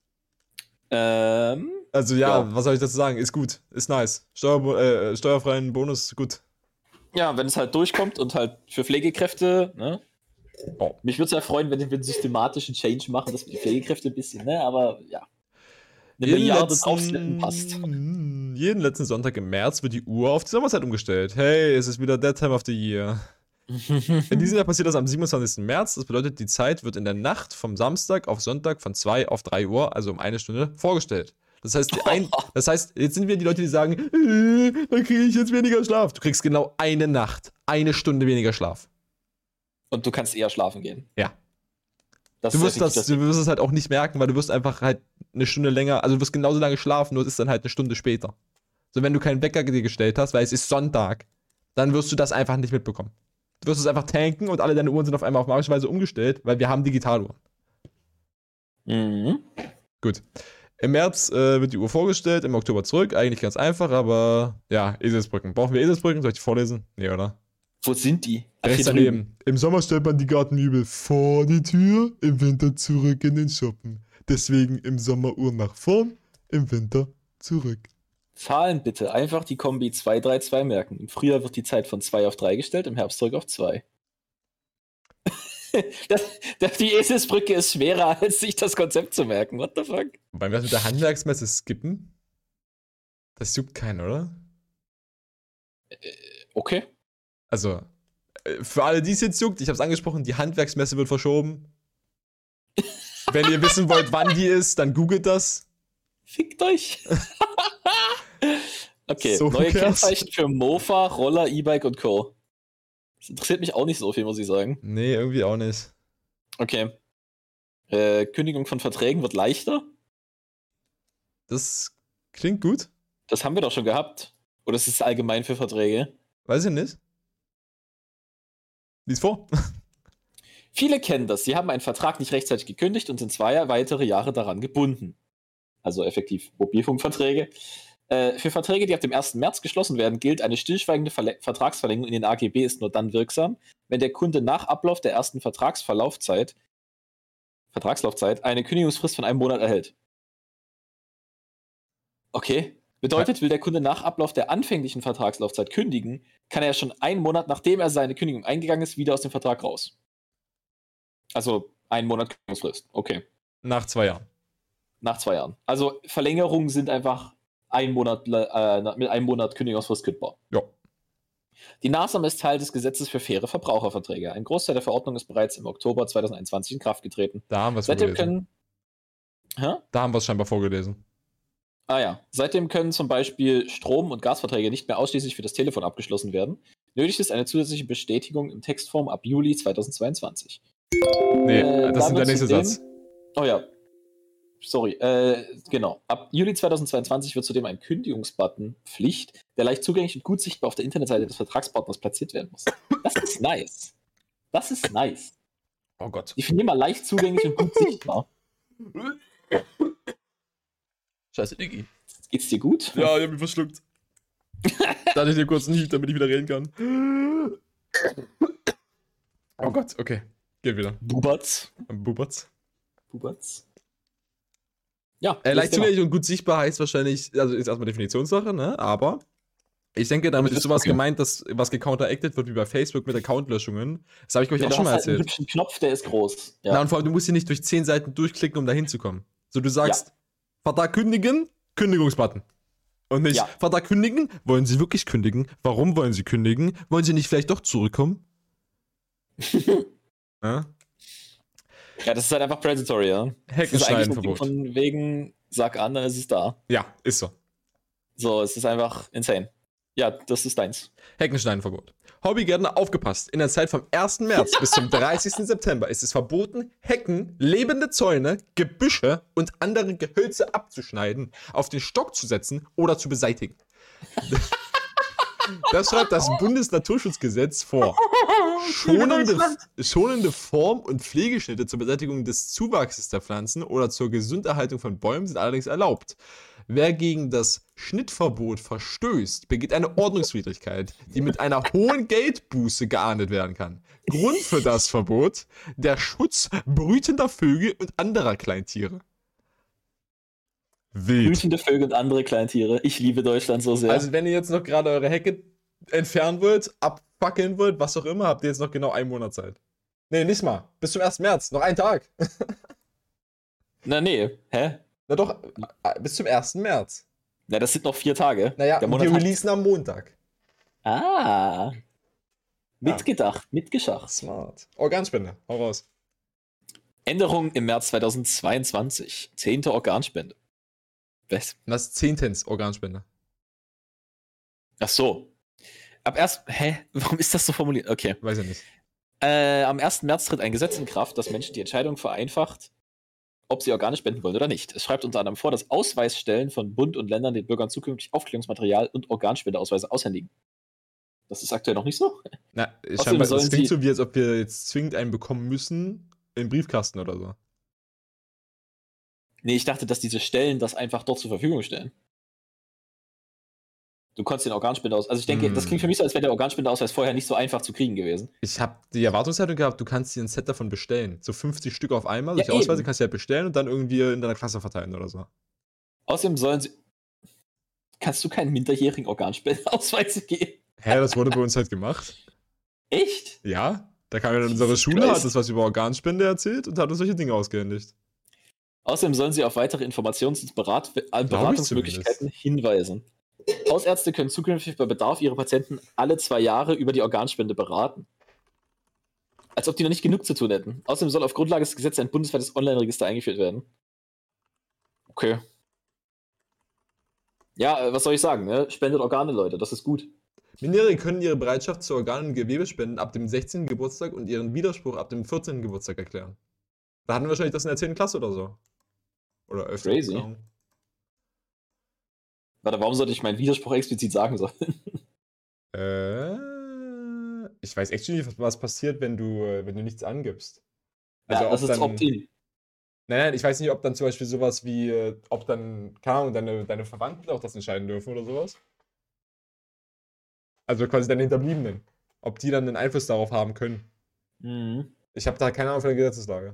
ähm, Also ja, Ja. was soll ich dazu sagen? Ist gut, ist nice. Steuer, äh, steuerfreien Bonus, gut. ja, wenn es halt durchkommt und halt für Pflegekräfte, ne? Oh. Mich würde es ja freuen, wenn wir einen systematischen Change machen, dass wir die Pflegekräfte ein bisschen, ne? Aber ja. Eine Milliarde draufslippen passt. jeden letzten Sonntag im März wird die Uhr auf die Sommerzeit umgestellt. Hey, es ist wieder that time of the year. In diesem Jahr passiert das am siebenundzwanzigsten März. Das bedeutet, die Zeit wird in der Nacht vom Samstag auf Sonntag von zwei auf drei Uhr, also um eine Stunde, vorgestellt. Das heißt, die ein, das heißt, jetzt sind wir die Leute, die sagen, äh, dann kriege ich jetzt weniger Schlaf. Du kriegst genau eine Nacht, eine Stunde weniger Schlaf. Und du kannst eher schlafen gehen. Ja. Das Du ist wirst, das, effektiv du wirst es halt auch nicht merken, weil du wirst einfach halt eine Stunde länger, also du wirst genauso lange schlafen, nur es ist dann halt eine Stunde später. So, wenn du keinen Wecker dir gestellt hast, weil es ist Sonntag, dann wirst du das einfach nicht mitbekommen. Du wirst es einfach tanken und alle deine Uhren sind auf einmal auf magische Weise umgestellt, weil wir haben Digitaluhren. Mhm. Gut. Im März äh, wird die Uhr vorgestellt, im Oktober zurück. Eigentlich ganz einfach, aber ja, Eselsbrücken. Brauchen wir Eselsbrücken? Soll ich die vorlesen? Nee, oder? Wo sind die? Ach, hier Rechts drüben. daneben. Im Sommer stellt man die Gartenmöbel vor die Tür, im Winter zurück in den Schuppen. Deswegen im Sommer Uhr nach vorn, im Winter zurück. Zahlen bitte. Einfach die Kombi zwei drei zwei merken. Im Frühjahr wird die Zeit von zwei auf drei gestellt, im Herbst zurück auf zwei. das, das, die Eselsbrücke ist schwerer, als sich das Konzept zu merken. What the fuck? Wollen wir das mit der Handwerksmesse skippen? Das juckt keinen, oder? Okay. Also, äh, für alle, die es jetzt juckt, ich habe es angesprochen, die Handwerksmesse wird verschoben. Wenn ihr wissen wollt, wann die ist, dann googelt das. Fickt euch. Okay, So neue krass. Kennzeichen für Mofa, Roller, E-Bike und Co. Das interessiert mich auch nicht so viel, muss ich sagen. Nee, irgendwie auch nicht. Okay. Äh, Kündigung von Verträgen wird leichter. Das klingt gut. Das haben wir doch schon gehabt. Oder ist es allgemein für Verträge? Weiß ich nicht. Lies vor. Viele kennen das. Sie haben einen Vertrag nicht rechtzeitig gekündigt und sind zwei weitere Jahre daran gebunden. Also effektiv Mobilfunkverträge. Äh, für Verträge, die ab dem ersten März geschlossen werden, gilt, eine stillschweigende Verle- Vertragsverlängerung in den A G B ist nur dann wirksam, wenn der Kunde nach Ablauf der ersten Vertragsverlaufzeit, Vertragslaufzeit eine Kündigungsfrist von einem Monat erhält. Okay. Bedeutet, will der Kunde nach Ablauf der anfänglichen Vertragslaufzeit kündigen, kann er schon einen Monat, nachdem er seine Kündigung eingegangen ist, wieder aus dem Vertrag raus. Also einen Monat Kündigungsfrist. Okay. Nach zwei Jahren. Nach zwei Jahren. Also Verlängerungen sind einfach ein Monat, äh, mit einem Monat Kündigungsfrist kündbar. Ja. Die NASAM ist Teil des Gesetzes für faire Verbraucherverträge. Ein Großteil der Verordnung ist bereits im Oktober zweitausendeinundzwanzig in Kraft getreten. Da haben wir es Seitdem vorgelesen. können. Hä? Da haben wir es scheinbar vorgelesen. Ah ja. Seitdem können zum Beispiel Strom- und Gasverträge nicht mehr ausschließlich für das Telefon abgeschlossen werden. Nötig ist eine zusätzliche Bestätigung in Textform ab Juli zweitausendzweiundzwanzig. Nee, Äh, das ist da der wird nächste zudem- Satz. Oh ja. Sorry. Äh, genau. Ab Juli zweitausendzweiundzwanzig wird zudem ein Kündigungsbutton Pflicht, der leicht zugänglich und gut sichtbar auf der Internetseite des Vertragspartners platziert werden muss. Das ist nice. Das ist nice. Oh Gott. Ich finde mal leicht zugänglich und gut sichtbar. Scheiße, Diggi. Geht's dir gut? Ja, ich hab mich verschluckt. Da hatte ich dir kurz einen Hieb, damit ich wieder reden kann. Oh Gott, okay. Geht wieder. Bubatz. Bubatz. Bubatz. Ja. Äh, leicht zugänglich und gut sichtbar heißt wahrscheinlich, also ist erstmal Definitionssache, ne? Aber ich denke, damit ist sowas okay. gemeint, dass was gecounteracted wird wie bei Facebook mit Accountlöschungen. Das habe ich, glaube ich, ja, auch schon mal erzählt. Halt einen hübschen Knopf, der ist groß. Ja. Na, und vor allem, du musst hier nicht durch zehn Seiten durchklicken, um da hinzukommen. So, du sagst, ja. Vertrag kündigen, Kündigungsbutton. Und nicht, ja. Vertrag kündigen, wollen Sie wirklich kündigen? Warum wollen Sie kündigen? Wollen Sie nicht vielleicht doch zurückkommen? ja? Ja, das ist halt einfach predatory, ja. Heckenschneidenverbot. Von wegen, sag an, dann ist es da. Ja, ist so. So, es ist einfach insane. Ja, das ist deins. Heckenschneidenverbot. Hobbygärtner, aufgepasst. In der Zeit vom ersten März bis zum dreißigsten September ist es verboten, Hecken, lebende Zäune, Gebüsche und andere Gehölze abzuschneiden, auf den Stock zu setzen oder zu beseitigen. Das schreibt das Bundesnaturschutzgesetz vor. Schonende, schonende Form- und Pflegeschnitte zur Beseitigung des Zuwachses der Pflanzen oder zur Gesunderhaltung von Bäumen sind allerdings erlaubt. Wer gegen das Schnittverbot verstößt, begeht eine Ordnungswidrigkeit, die mit einer hohen Geldbuße geahndet werden kann. Grund für das Verbot: der Schutz brütender Vögel und anderer Kleintiere. Wild. Brütende Vögel und andere Kleintiere. Ich liebe Deutschland so sehr. Also wenn ihr jetzt noch gerade eure Hecke entfernen wollt, abfackeln wollt, was auch immer, habt ihr jetzt noch genau einen Monat Zeit. Nee, nicht mal. Bis zum ersten März. Noch einen Tag. Na nee. Hä? Na doch, bis zum ersten März. Na, das sind noch vier Tage. Naja, der Monat wir releasen am Montag. Ah. Mitgedacht, ja. Mitgeschacht. Smart. Organspende, hau raus. Änderung im März zweitausendzweiundzwanzig. Zehnte Organspende. Was? Das zehntens Organspende. Ach so. Ab erst. Hä? Warum ist das so formuliert? Okay. Weiß ich nicht. Äh, am ersten März tritt ein Gesetz in Kraft, das Menschen die Entscheidung vereinfacht, ob sie Organe spenden wollen oder nicht. Es schreibt unter anderem vor, dass Ausweisstellen von Bund und Ländern den Bürgern zukünftig Aufklärungsmaterial und Organspendeausweise aushändigen. Das ist aktuell noch nicht so. Na, scheinbar, das klingt so, wie als ob wir jetzt zwingend einen bekommen müssen im Briefkasten oder so. Nee, ich dachte, dass diese Stellen das einfach dort zur Verfügung stellen. Du konntest den Organspendeausweis. Also ich denke, hm. das klingt für mich so, als wäre der Organspendeausweis vorher nicht so einfach zu kriegen gewesen. Ich habe die Erwartungshaltung gehabt, du kannst dir ein Set davon bestellen. So fünfzig Stück auf einmal, solche ja, Ausweise kannst du halt bestellen und dann irgendwie in deiner Klasse verteilen oder so. Außerdem sollen sie. Kannst du keinen minderjährigen Organspendeausweis geben? Hä, das wurde bei uns halt gemacht. Echt? Ja, da kam ja in unsere Schule, hat das was über Organspende erzählt und hat uns solche Dinge ausgehändigt. Außerdem sollen sie auf weitere Informations- und Berat Beratungsmöglichkeiten hinweisen. Hausärzte können zukünftig bei Bedarf ihre Patienten alle zwei Jahre über die Organspende beraten. Als ob die noch nicht genug zu tun hätten. Außerdem soll auf Grundlage des Gesetzes ein bundesweites Online-Register eingeführt werden. Okay. Ja, was soll ich sagen, ne? Spendet Organe, Leute, das ist gut. Minderjährige können ihre Bereitschaft zu Organ- und Gewebespenden ab dem sechzehnten Geburtstag und ihren Widerspruch ab dem vierzehnten Geburtstag erklären. Da hatten wir wahrscheinlich das in der zehnten Klasse oder so. Oder öfter. Crazy. Genau. Warte, warum sollte ich meinen Widerspruch explizit sagen sollen? Äh, ich weiß echt nicht, was passiert, wenn du, wenn du nichts angibst. Also ja, das ist Opt-in. Nein, nein, ich weiß nicht, ob dann zum Beispiel sowas wie, ob dann, keine Ahnung, deine, deine Verwandten auch das entscheiden dürfen oder sowas. Also quasi deine Hinterbliebenen. Ob die dann einen Einfluss darauf haben können. Mhm. Ich habe da keine Ahnung von der Gesetzeslage.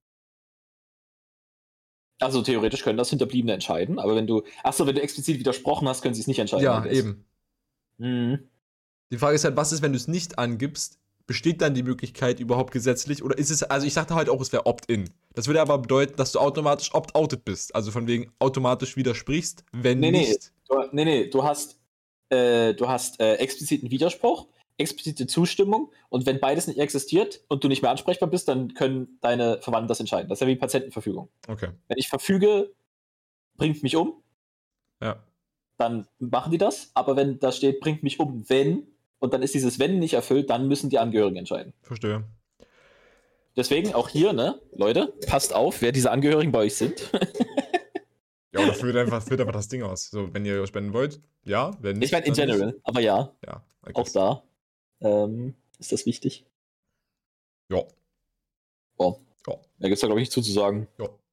Also theoretisch können das Hinterbliebene entscheiden, aber wenn du, achso, wenn du explizit widersprochen hast, können sie es nicht entscheiden. Ja, eben. Mhm. Die Frage ist halt, was ist, wenn du es nicht angibst? Besteht dann die Möglichkeit überhaupt gesetzlich? Oder ist es, also ich dachte halt auch, es wäre Opt-in. Das würde aber bedeuten, dass du automatisch opt-outed bist. Also von wegen automatisch widersprichst, wenn nee, nicht. Nee, du, nee, nee, du hast, äh, du hast äh, expliziten Widerspruch, explizite Zustimmung und wenn beides nicht existiert und du nicht mehr ansprechbar bist, dann können deine Verwandten das entscheiden. Das ist ja wie Patientenverfügung. Okay. Wenn ich verfüge, bringt mich um, ja. dann machen die das. Aber wenn da steht, bringt mich um, wenn, und dann ist dieses Wenn nicht erfüllt, dann müssen die Angehörigen entscheiden. Verstehe. Deswegen auch hier, ne, Leute, passt auf, wer diese Angehörigen bei euch sind. Ja, oder führt einfach, führt einfach das Ding aus. So, wenn ihr spenden wollt, ja, wenn nicht. Ich meine in general, nicht. Aber ja, ja auch da ähm, ist das wichtig. Ja. Oh. Ja. Da gibt es da, glaube ich, nichts zuzusagen. Ja.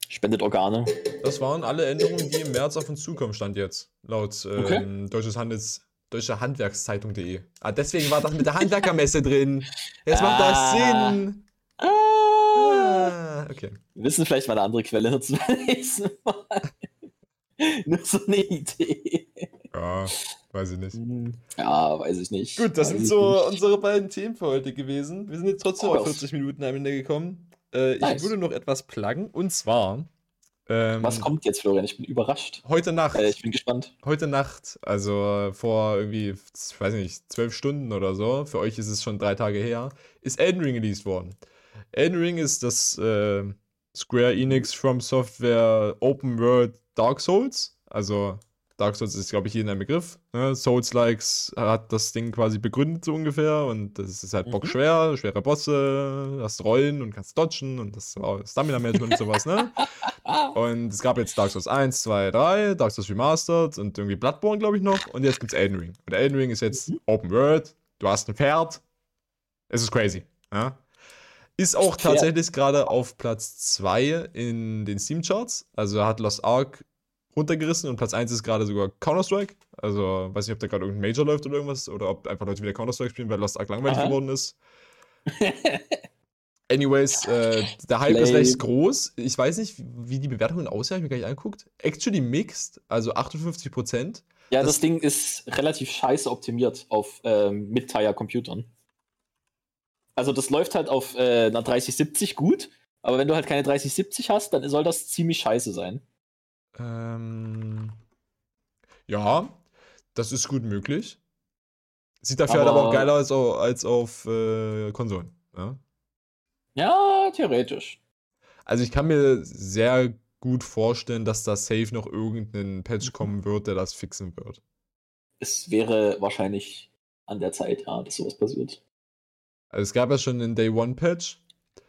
Spendet Organe. Das waren alle Änderungen, die im März auf uns zukommen, stand jetzt. Laut ähm, Okay. deutsches Handels, deutsche Handwerkszeitung.de. Ah, deswegen war das mit der Handwerkermesse drin. Jetzt macht das Ah. Sinn. Ah. Ah, okay. Wir müssen vielleicht mal eine andere Quelle nutzen beim nächsten Mal. Nur so eine Idee. Ja, weiß ich nicht. Hm, Ja, weiß ich nicht. Gut, das Weiß sind ich so nicht. unsere beiden Themen für heute gewesen. Wir sind jetzt trotzdem auf Cool. vierzig Minuten am Ende gekommen. Äh, ich Nice. würde noch etwas pluggen, und zwar ähm, Was kommt jetzt, Florian? Ich bin überrascht. heute Nacht. Äh, ich bin gespannt. Heute Nacht, also vor irgendwie, ich weiß nicht, zwölf Stunden oder so, für euch ist es schon drei Tage her, ist Elden Ring released worden. Elden Ring ist das äh, Square Enix From Software Open World Dark Souls. Also Dark Souls ist, glaube ich, jedem ein Begriff. Ne? Souls-Likes hat das Ding quasi begründet so ungefähr, und das ist halt Mhm. bockschwer, schwere Bosse, hast Rollen und kannst dodgen und das Stamina-Management und sowas, ne? Und es gab jetzt Dark Souls eins, zwei, drei, Dark Souls Remastered und irgendwie Bloodborne, glaube ich, noch. Und jetzt gibt's Elden Ring. Und Elden Ring ist jetzt Mhm. Open World. Du hast ein Pferd. Es ist crazy. Ja? Ist auch Pferd. tatsächlich gerade auf Platz zwei in den Steam-Charts. Also hat Lost Ark runtergerissen, und Platz eins ist gerade sogar Counter-Strike. Also weiß nicht, ob da gerade irgendein Major läuft oder irgendwas, oder ob einfach Leute wieder Counter-Strike spielen, weil Lost Ark langweilig Aha. geworden ist. Anyways, äh, der Hype ist Play. recht groß. Ich weiß nicht, wie die Bewertungen aussehen, habe ich mir gar nicht angeguckt. Actually mixed, also achtundfünfzig Prozent. Ja, Das- das, Ding ist relativ scheiße optimiert auf ähm, Mid-Tier-Computern. Also das läuft halt auf äh, einer dreißig siebzig gut, aber wenn du halt keine dreißig siebzig hast, dann soll das ziemlich scheiße sein. Ähm, ja, das ist gut möglich. Sieht dafür halt aber auch Aber- geiler als, au- als auf äh, Konsolen. Ja? Ja, theoretisch. Also ich kann mir sehr gut vorstellen, dass da safe noch irgendein Patch kommen wird, der das fixen wird. Es wäre wahrscheinlich an der Zeit, ja, dass sowas passiert. Also es gab ja schon einen Day One Patch.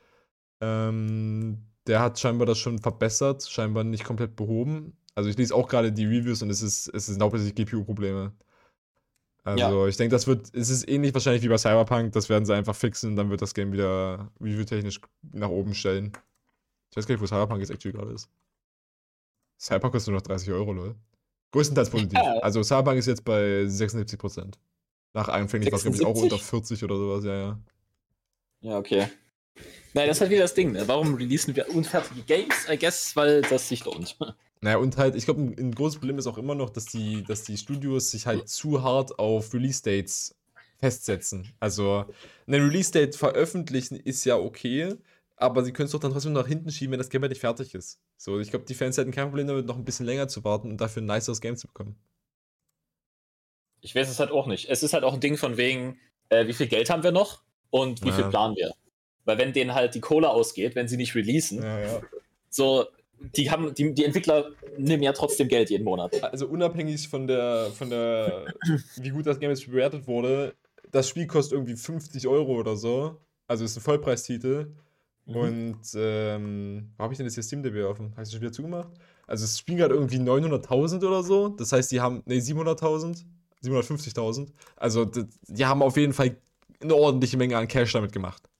Ähm, der hat scheinbar das schon verbessert, scheinbar nicht komplett behoben. Also ich lese auch gerade die Reviews, und es ist, es sind hauptsächlich G P U-Probleme. Also ich denke, das wird, es ist ähnlich wahrscheinlich wie bei Cyberpunk, das werden sie einfach fixen, und dann wird das Game wieder review-technisch nach oben stellen. Ich weiß gar nicht, wo Cyberpunk jetzt actually gerade ist. Cyberpunk kostet nur noch dreißig Euro, Leute. Größtenteils positiv. Ja. Also Cyberpunk ist jetzt bei sechsundsiebzig Prozent. Nach anfänglich war es, glaube ich, auch sechsundsiebzig? unter vierzig oder sowas, ja, ja. Ja, okay. Nein, das ist halt wieder das Ding, ne? Warum releasen wir unfertige Games? I guess, weil das sich lohnt. Naja, und halt, ich glaube, ein, ein großes Problem ist auch immer noch, dass die, dass die Studios sich halt zu hart auf Release-Dates festsetzen. Also, ein Release-Date veröffentlichen ist ja okay, aber sie können es doch dann trotzdem nach hinten schieben, wenn das Game halt nicht fertig ist. So, ich glaube, die Fans hätten kein Problem damit, noch ein bisschen länger zu warten und dafür ein niceres Game zu bekommen. Ich weiß es halt auch nicht. Es ist halt auch ein Ding von wegen, äh, wie viel Geld haben wir noch und wie Ja. viel planen wir. Weil wenn denen halt die Kohle ausgeht, wenn sie nicht releasen, Ja, ja. so, die haben, die, die Entwickler nehmen ja trotzdem Geld jeden Monat. Also unabhängig von der, von der, wie gut das Game jetzt bewertet wurde, das Spiel kostet irgendwie fünfzig Euro oder so. Also ist ein Vollpreistitel. Mhm. Und, ähm, wo habe ich denn jetzt hier Steam D B offen? Hast du schon wieder zugemacht? Also das Spiel hat irgendwie neunhunderttausend oder so. Das heißt, die haben, nee, siebenhunderttausend, siebenhundertfünfzigtausend. Also d- die haben auf jeden Fall eine ordentliche Menge an Cash damit gemacht.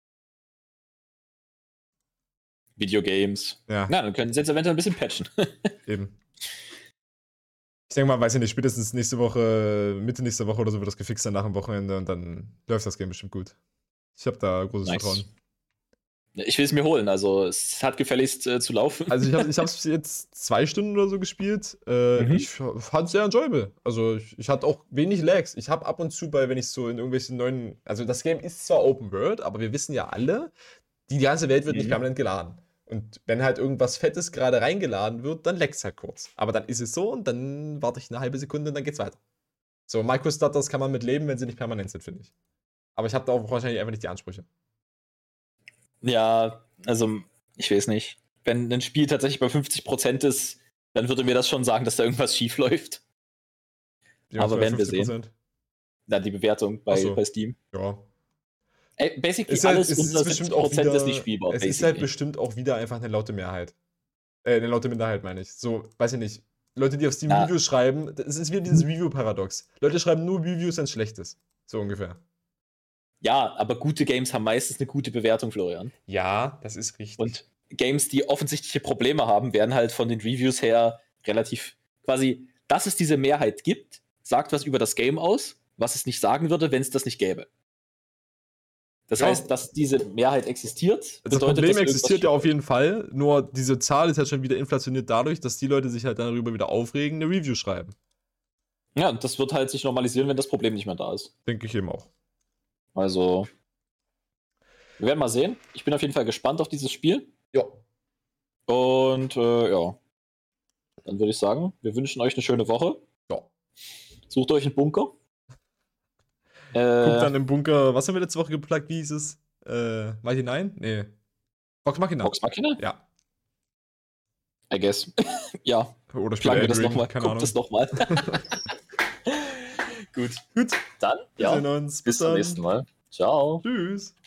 Videogames. Ja, Na, dann können sie jetzt eventuell ein bisschen patchen. eben. Ich denke mal, weiß ich nicht, spätestens nächste Woche, Mitte nächster Woche oder so wird das gefixt sein nach dem Wochenende, und dann läuft das Game bestimmt gut. Ich habe da großes Nice. Vertrauen. Ich will es mir holen, also es hat gefälligst äh, zu laufen. Also ich habe ich es jetzt zwei Stunden oder so gespielt. Äh, Mhm. Ich fand es sehr enjoyable. Also ich, ich hatte auch wenig Lags. Ich habe ab und zu bei, wenn ich so in irgendwelchen neuen... Also das Game ist zwar Open World, aber wir wissen ja alle, die ganze Welt wird nicht Mhm. permanent geladen. Und wenn halt irgendwas Fettes gerade reingeladen wird, dann laggt es halt kurz. Aber dann ist es so, und dann warte ich eine halbe Sekunde und dann geht's weiter. So, Microstutters kann man mit leben, wenn sie nicht permanent sind, finde ich. Aber ich habe da auch wahrscheinlich einfach nicht die Ansprüche. Ja, also ich weiß nicht. Wenn ein Spiel tatsächlich bei fünfzig Prozent ist, dann würde mir das schon sagen, dass da irgendwas schief läuft. Die Aber machen werden wir fünfzig Prozent. Na, die Bewertung bei, Ach so. bei Steam. Ja. Ey, basically Ist halt, alles es unter ist bestimmt auch siebzig Prozent ist nicht wieder, spielbar. es ist halt bestimmt auch wieder einfach eine laute Mehrheit. Äh, eine laute Minderheit, meine ich. So, weiß ich nicht. Leute, die auf Steam Ja. Reviews schreiben, das ist wieder dieses Review-Paradox. Leute schreiben nur Reviews, wenn es schlecht ist. So ungefähr. Ja, aber gute Games haben meistens eine gute Bewertung, Florian. Ja, das ist richtig. Und Games, die offensichtliche Probleme haben, werden halt von den Reviews her relativ quasi, dass es diese Mehrheit gibt, sagt was über das Game aus, was es nicht sagen würde, wenn es das nicht gäbe. Das Ja. heißt, dass diese Mehrheit existiert. Das Problem existiert ja auf jeden Fall, nur diese Zahl ist halt schon wieder inflationiert dadurch, dass die Leute sich halt darüber wieder aufregen, eine Review schreiben. Ja, das wird halt sich normalisieren, wenn das Problem nicht mehr da ist. Denke ich eben auch. Also, wir werden mal sehen. Ich bin auf jeden Fall gespannt auf dieses Spiel. Ja. Und äh, ja, dann würde ich sagen, wir wünschen euch eine schöne Woche. Ja. Sucht euch einen Bunker. Guckt Äh, dann im Bunker, was haben wir letzte Woche geplagt, wie hieß es? Äh, Mighty Nine? Nee. Vox Machina. Vox Machina? Ja. I guess. Ja, Oder plagen wir das nochmal. keine Guckt Ahnung. das nochmal. Gut. Gut. Dann, Wir ja, sehen uns. bis zum dann. nächsten Mal. Ciao. Tschüss.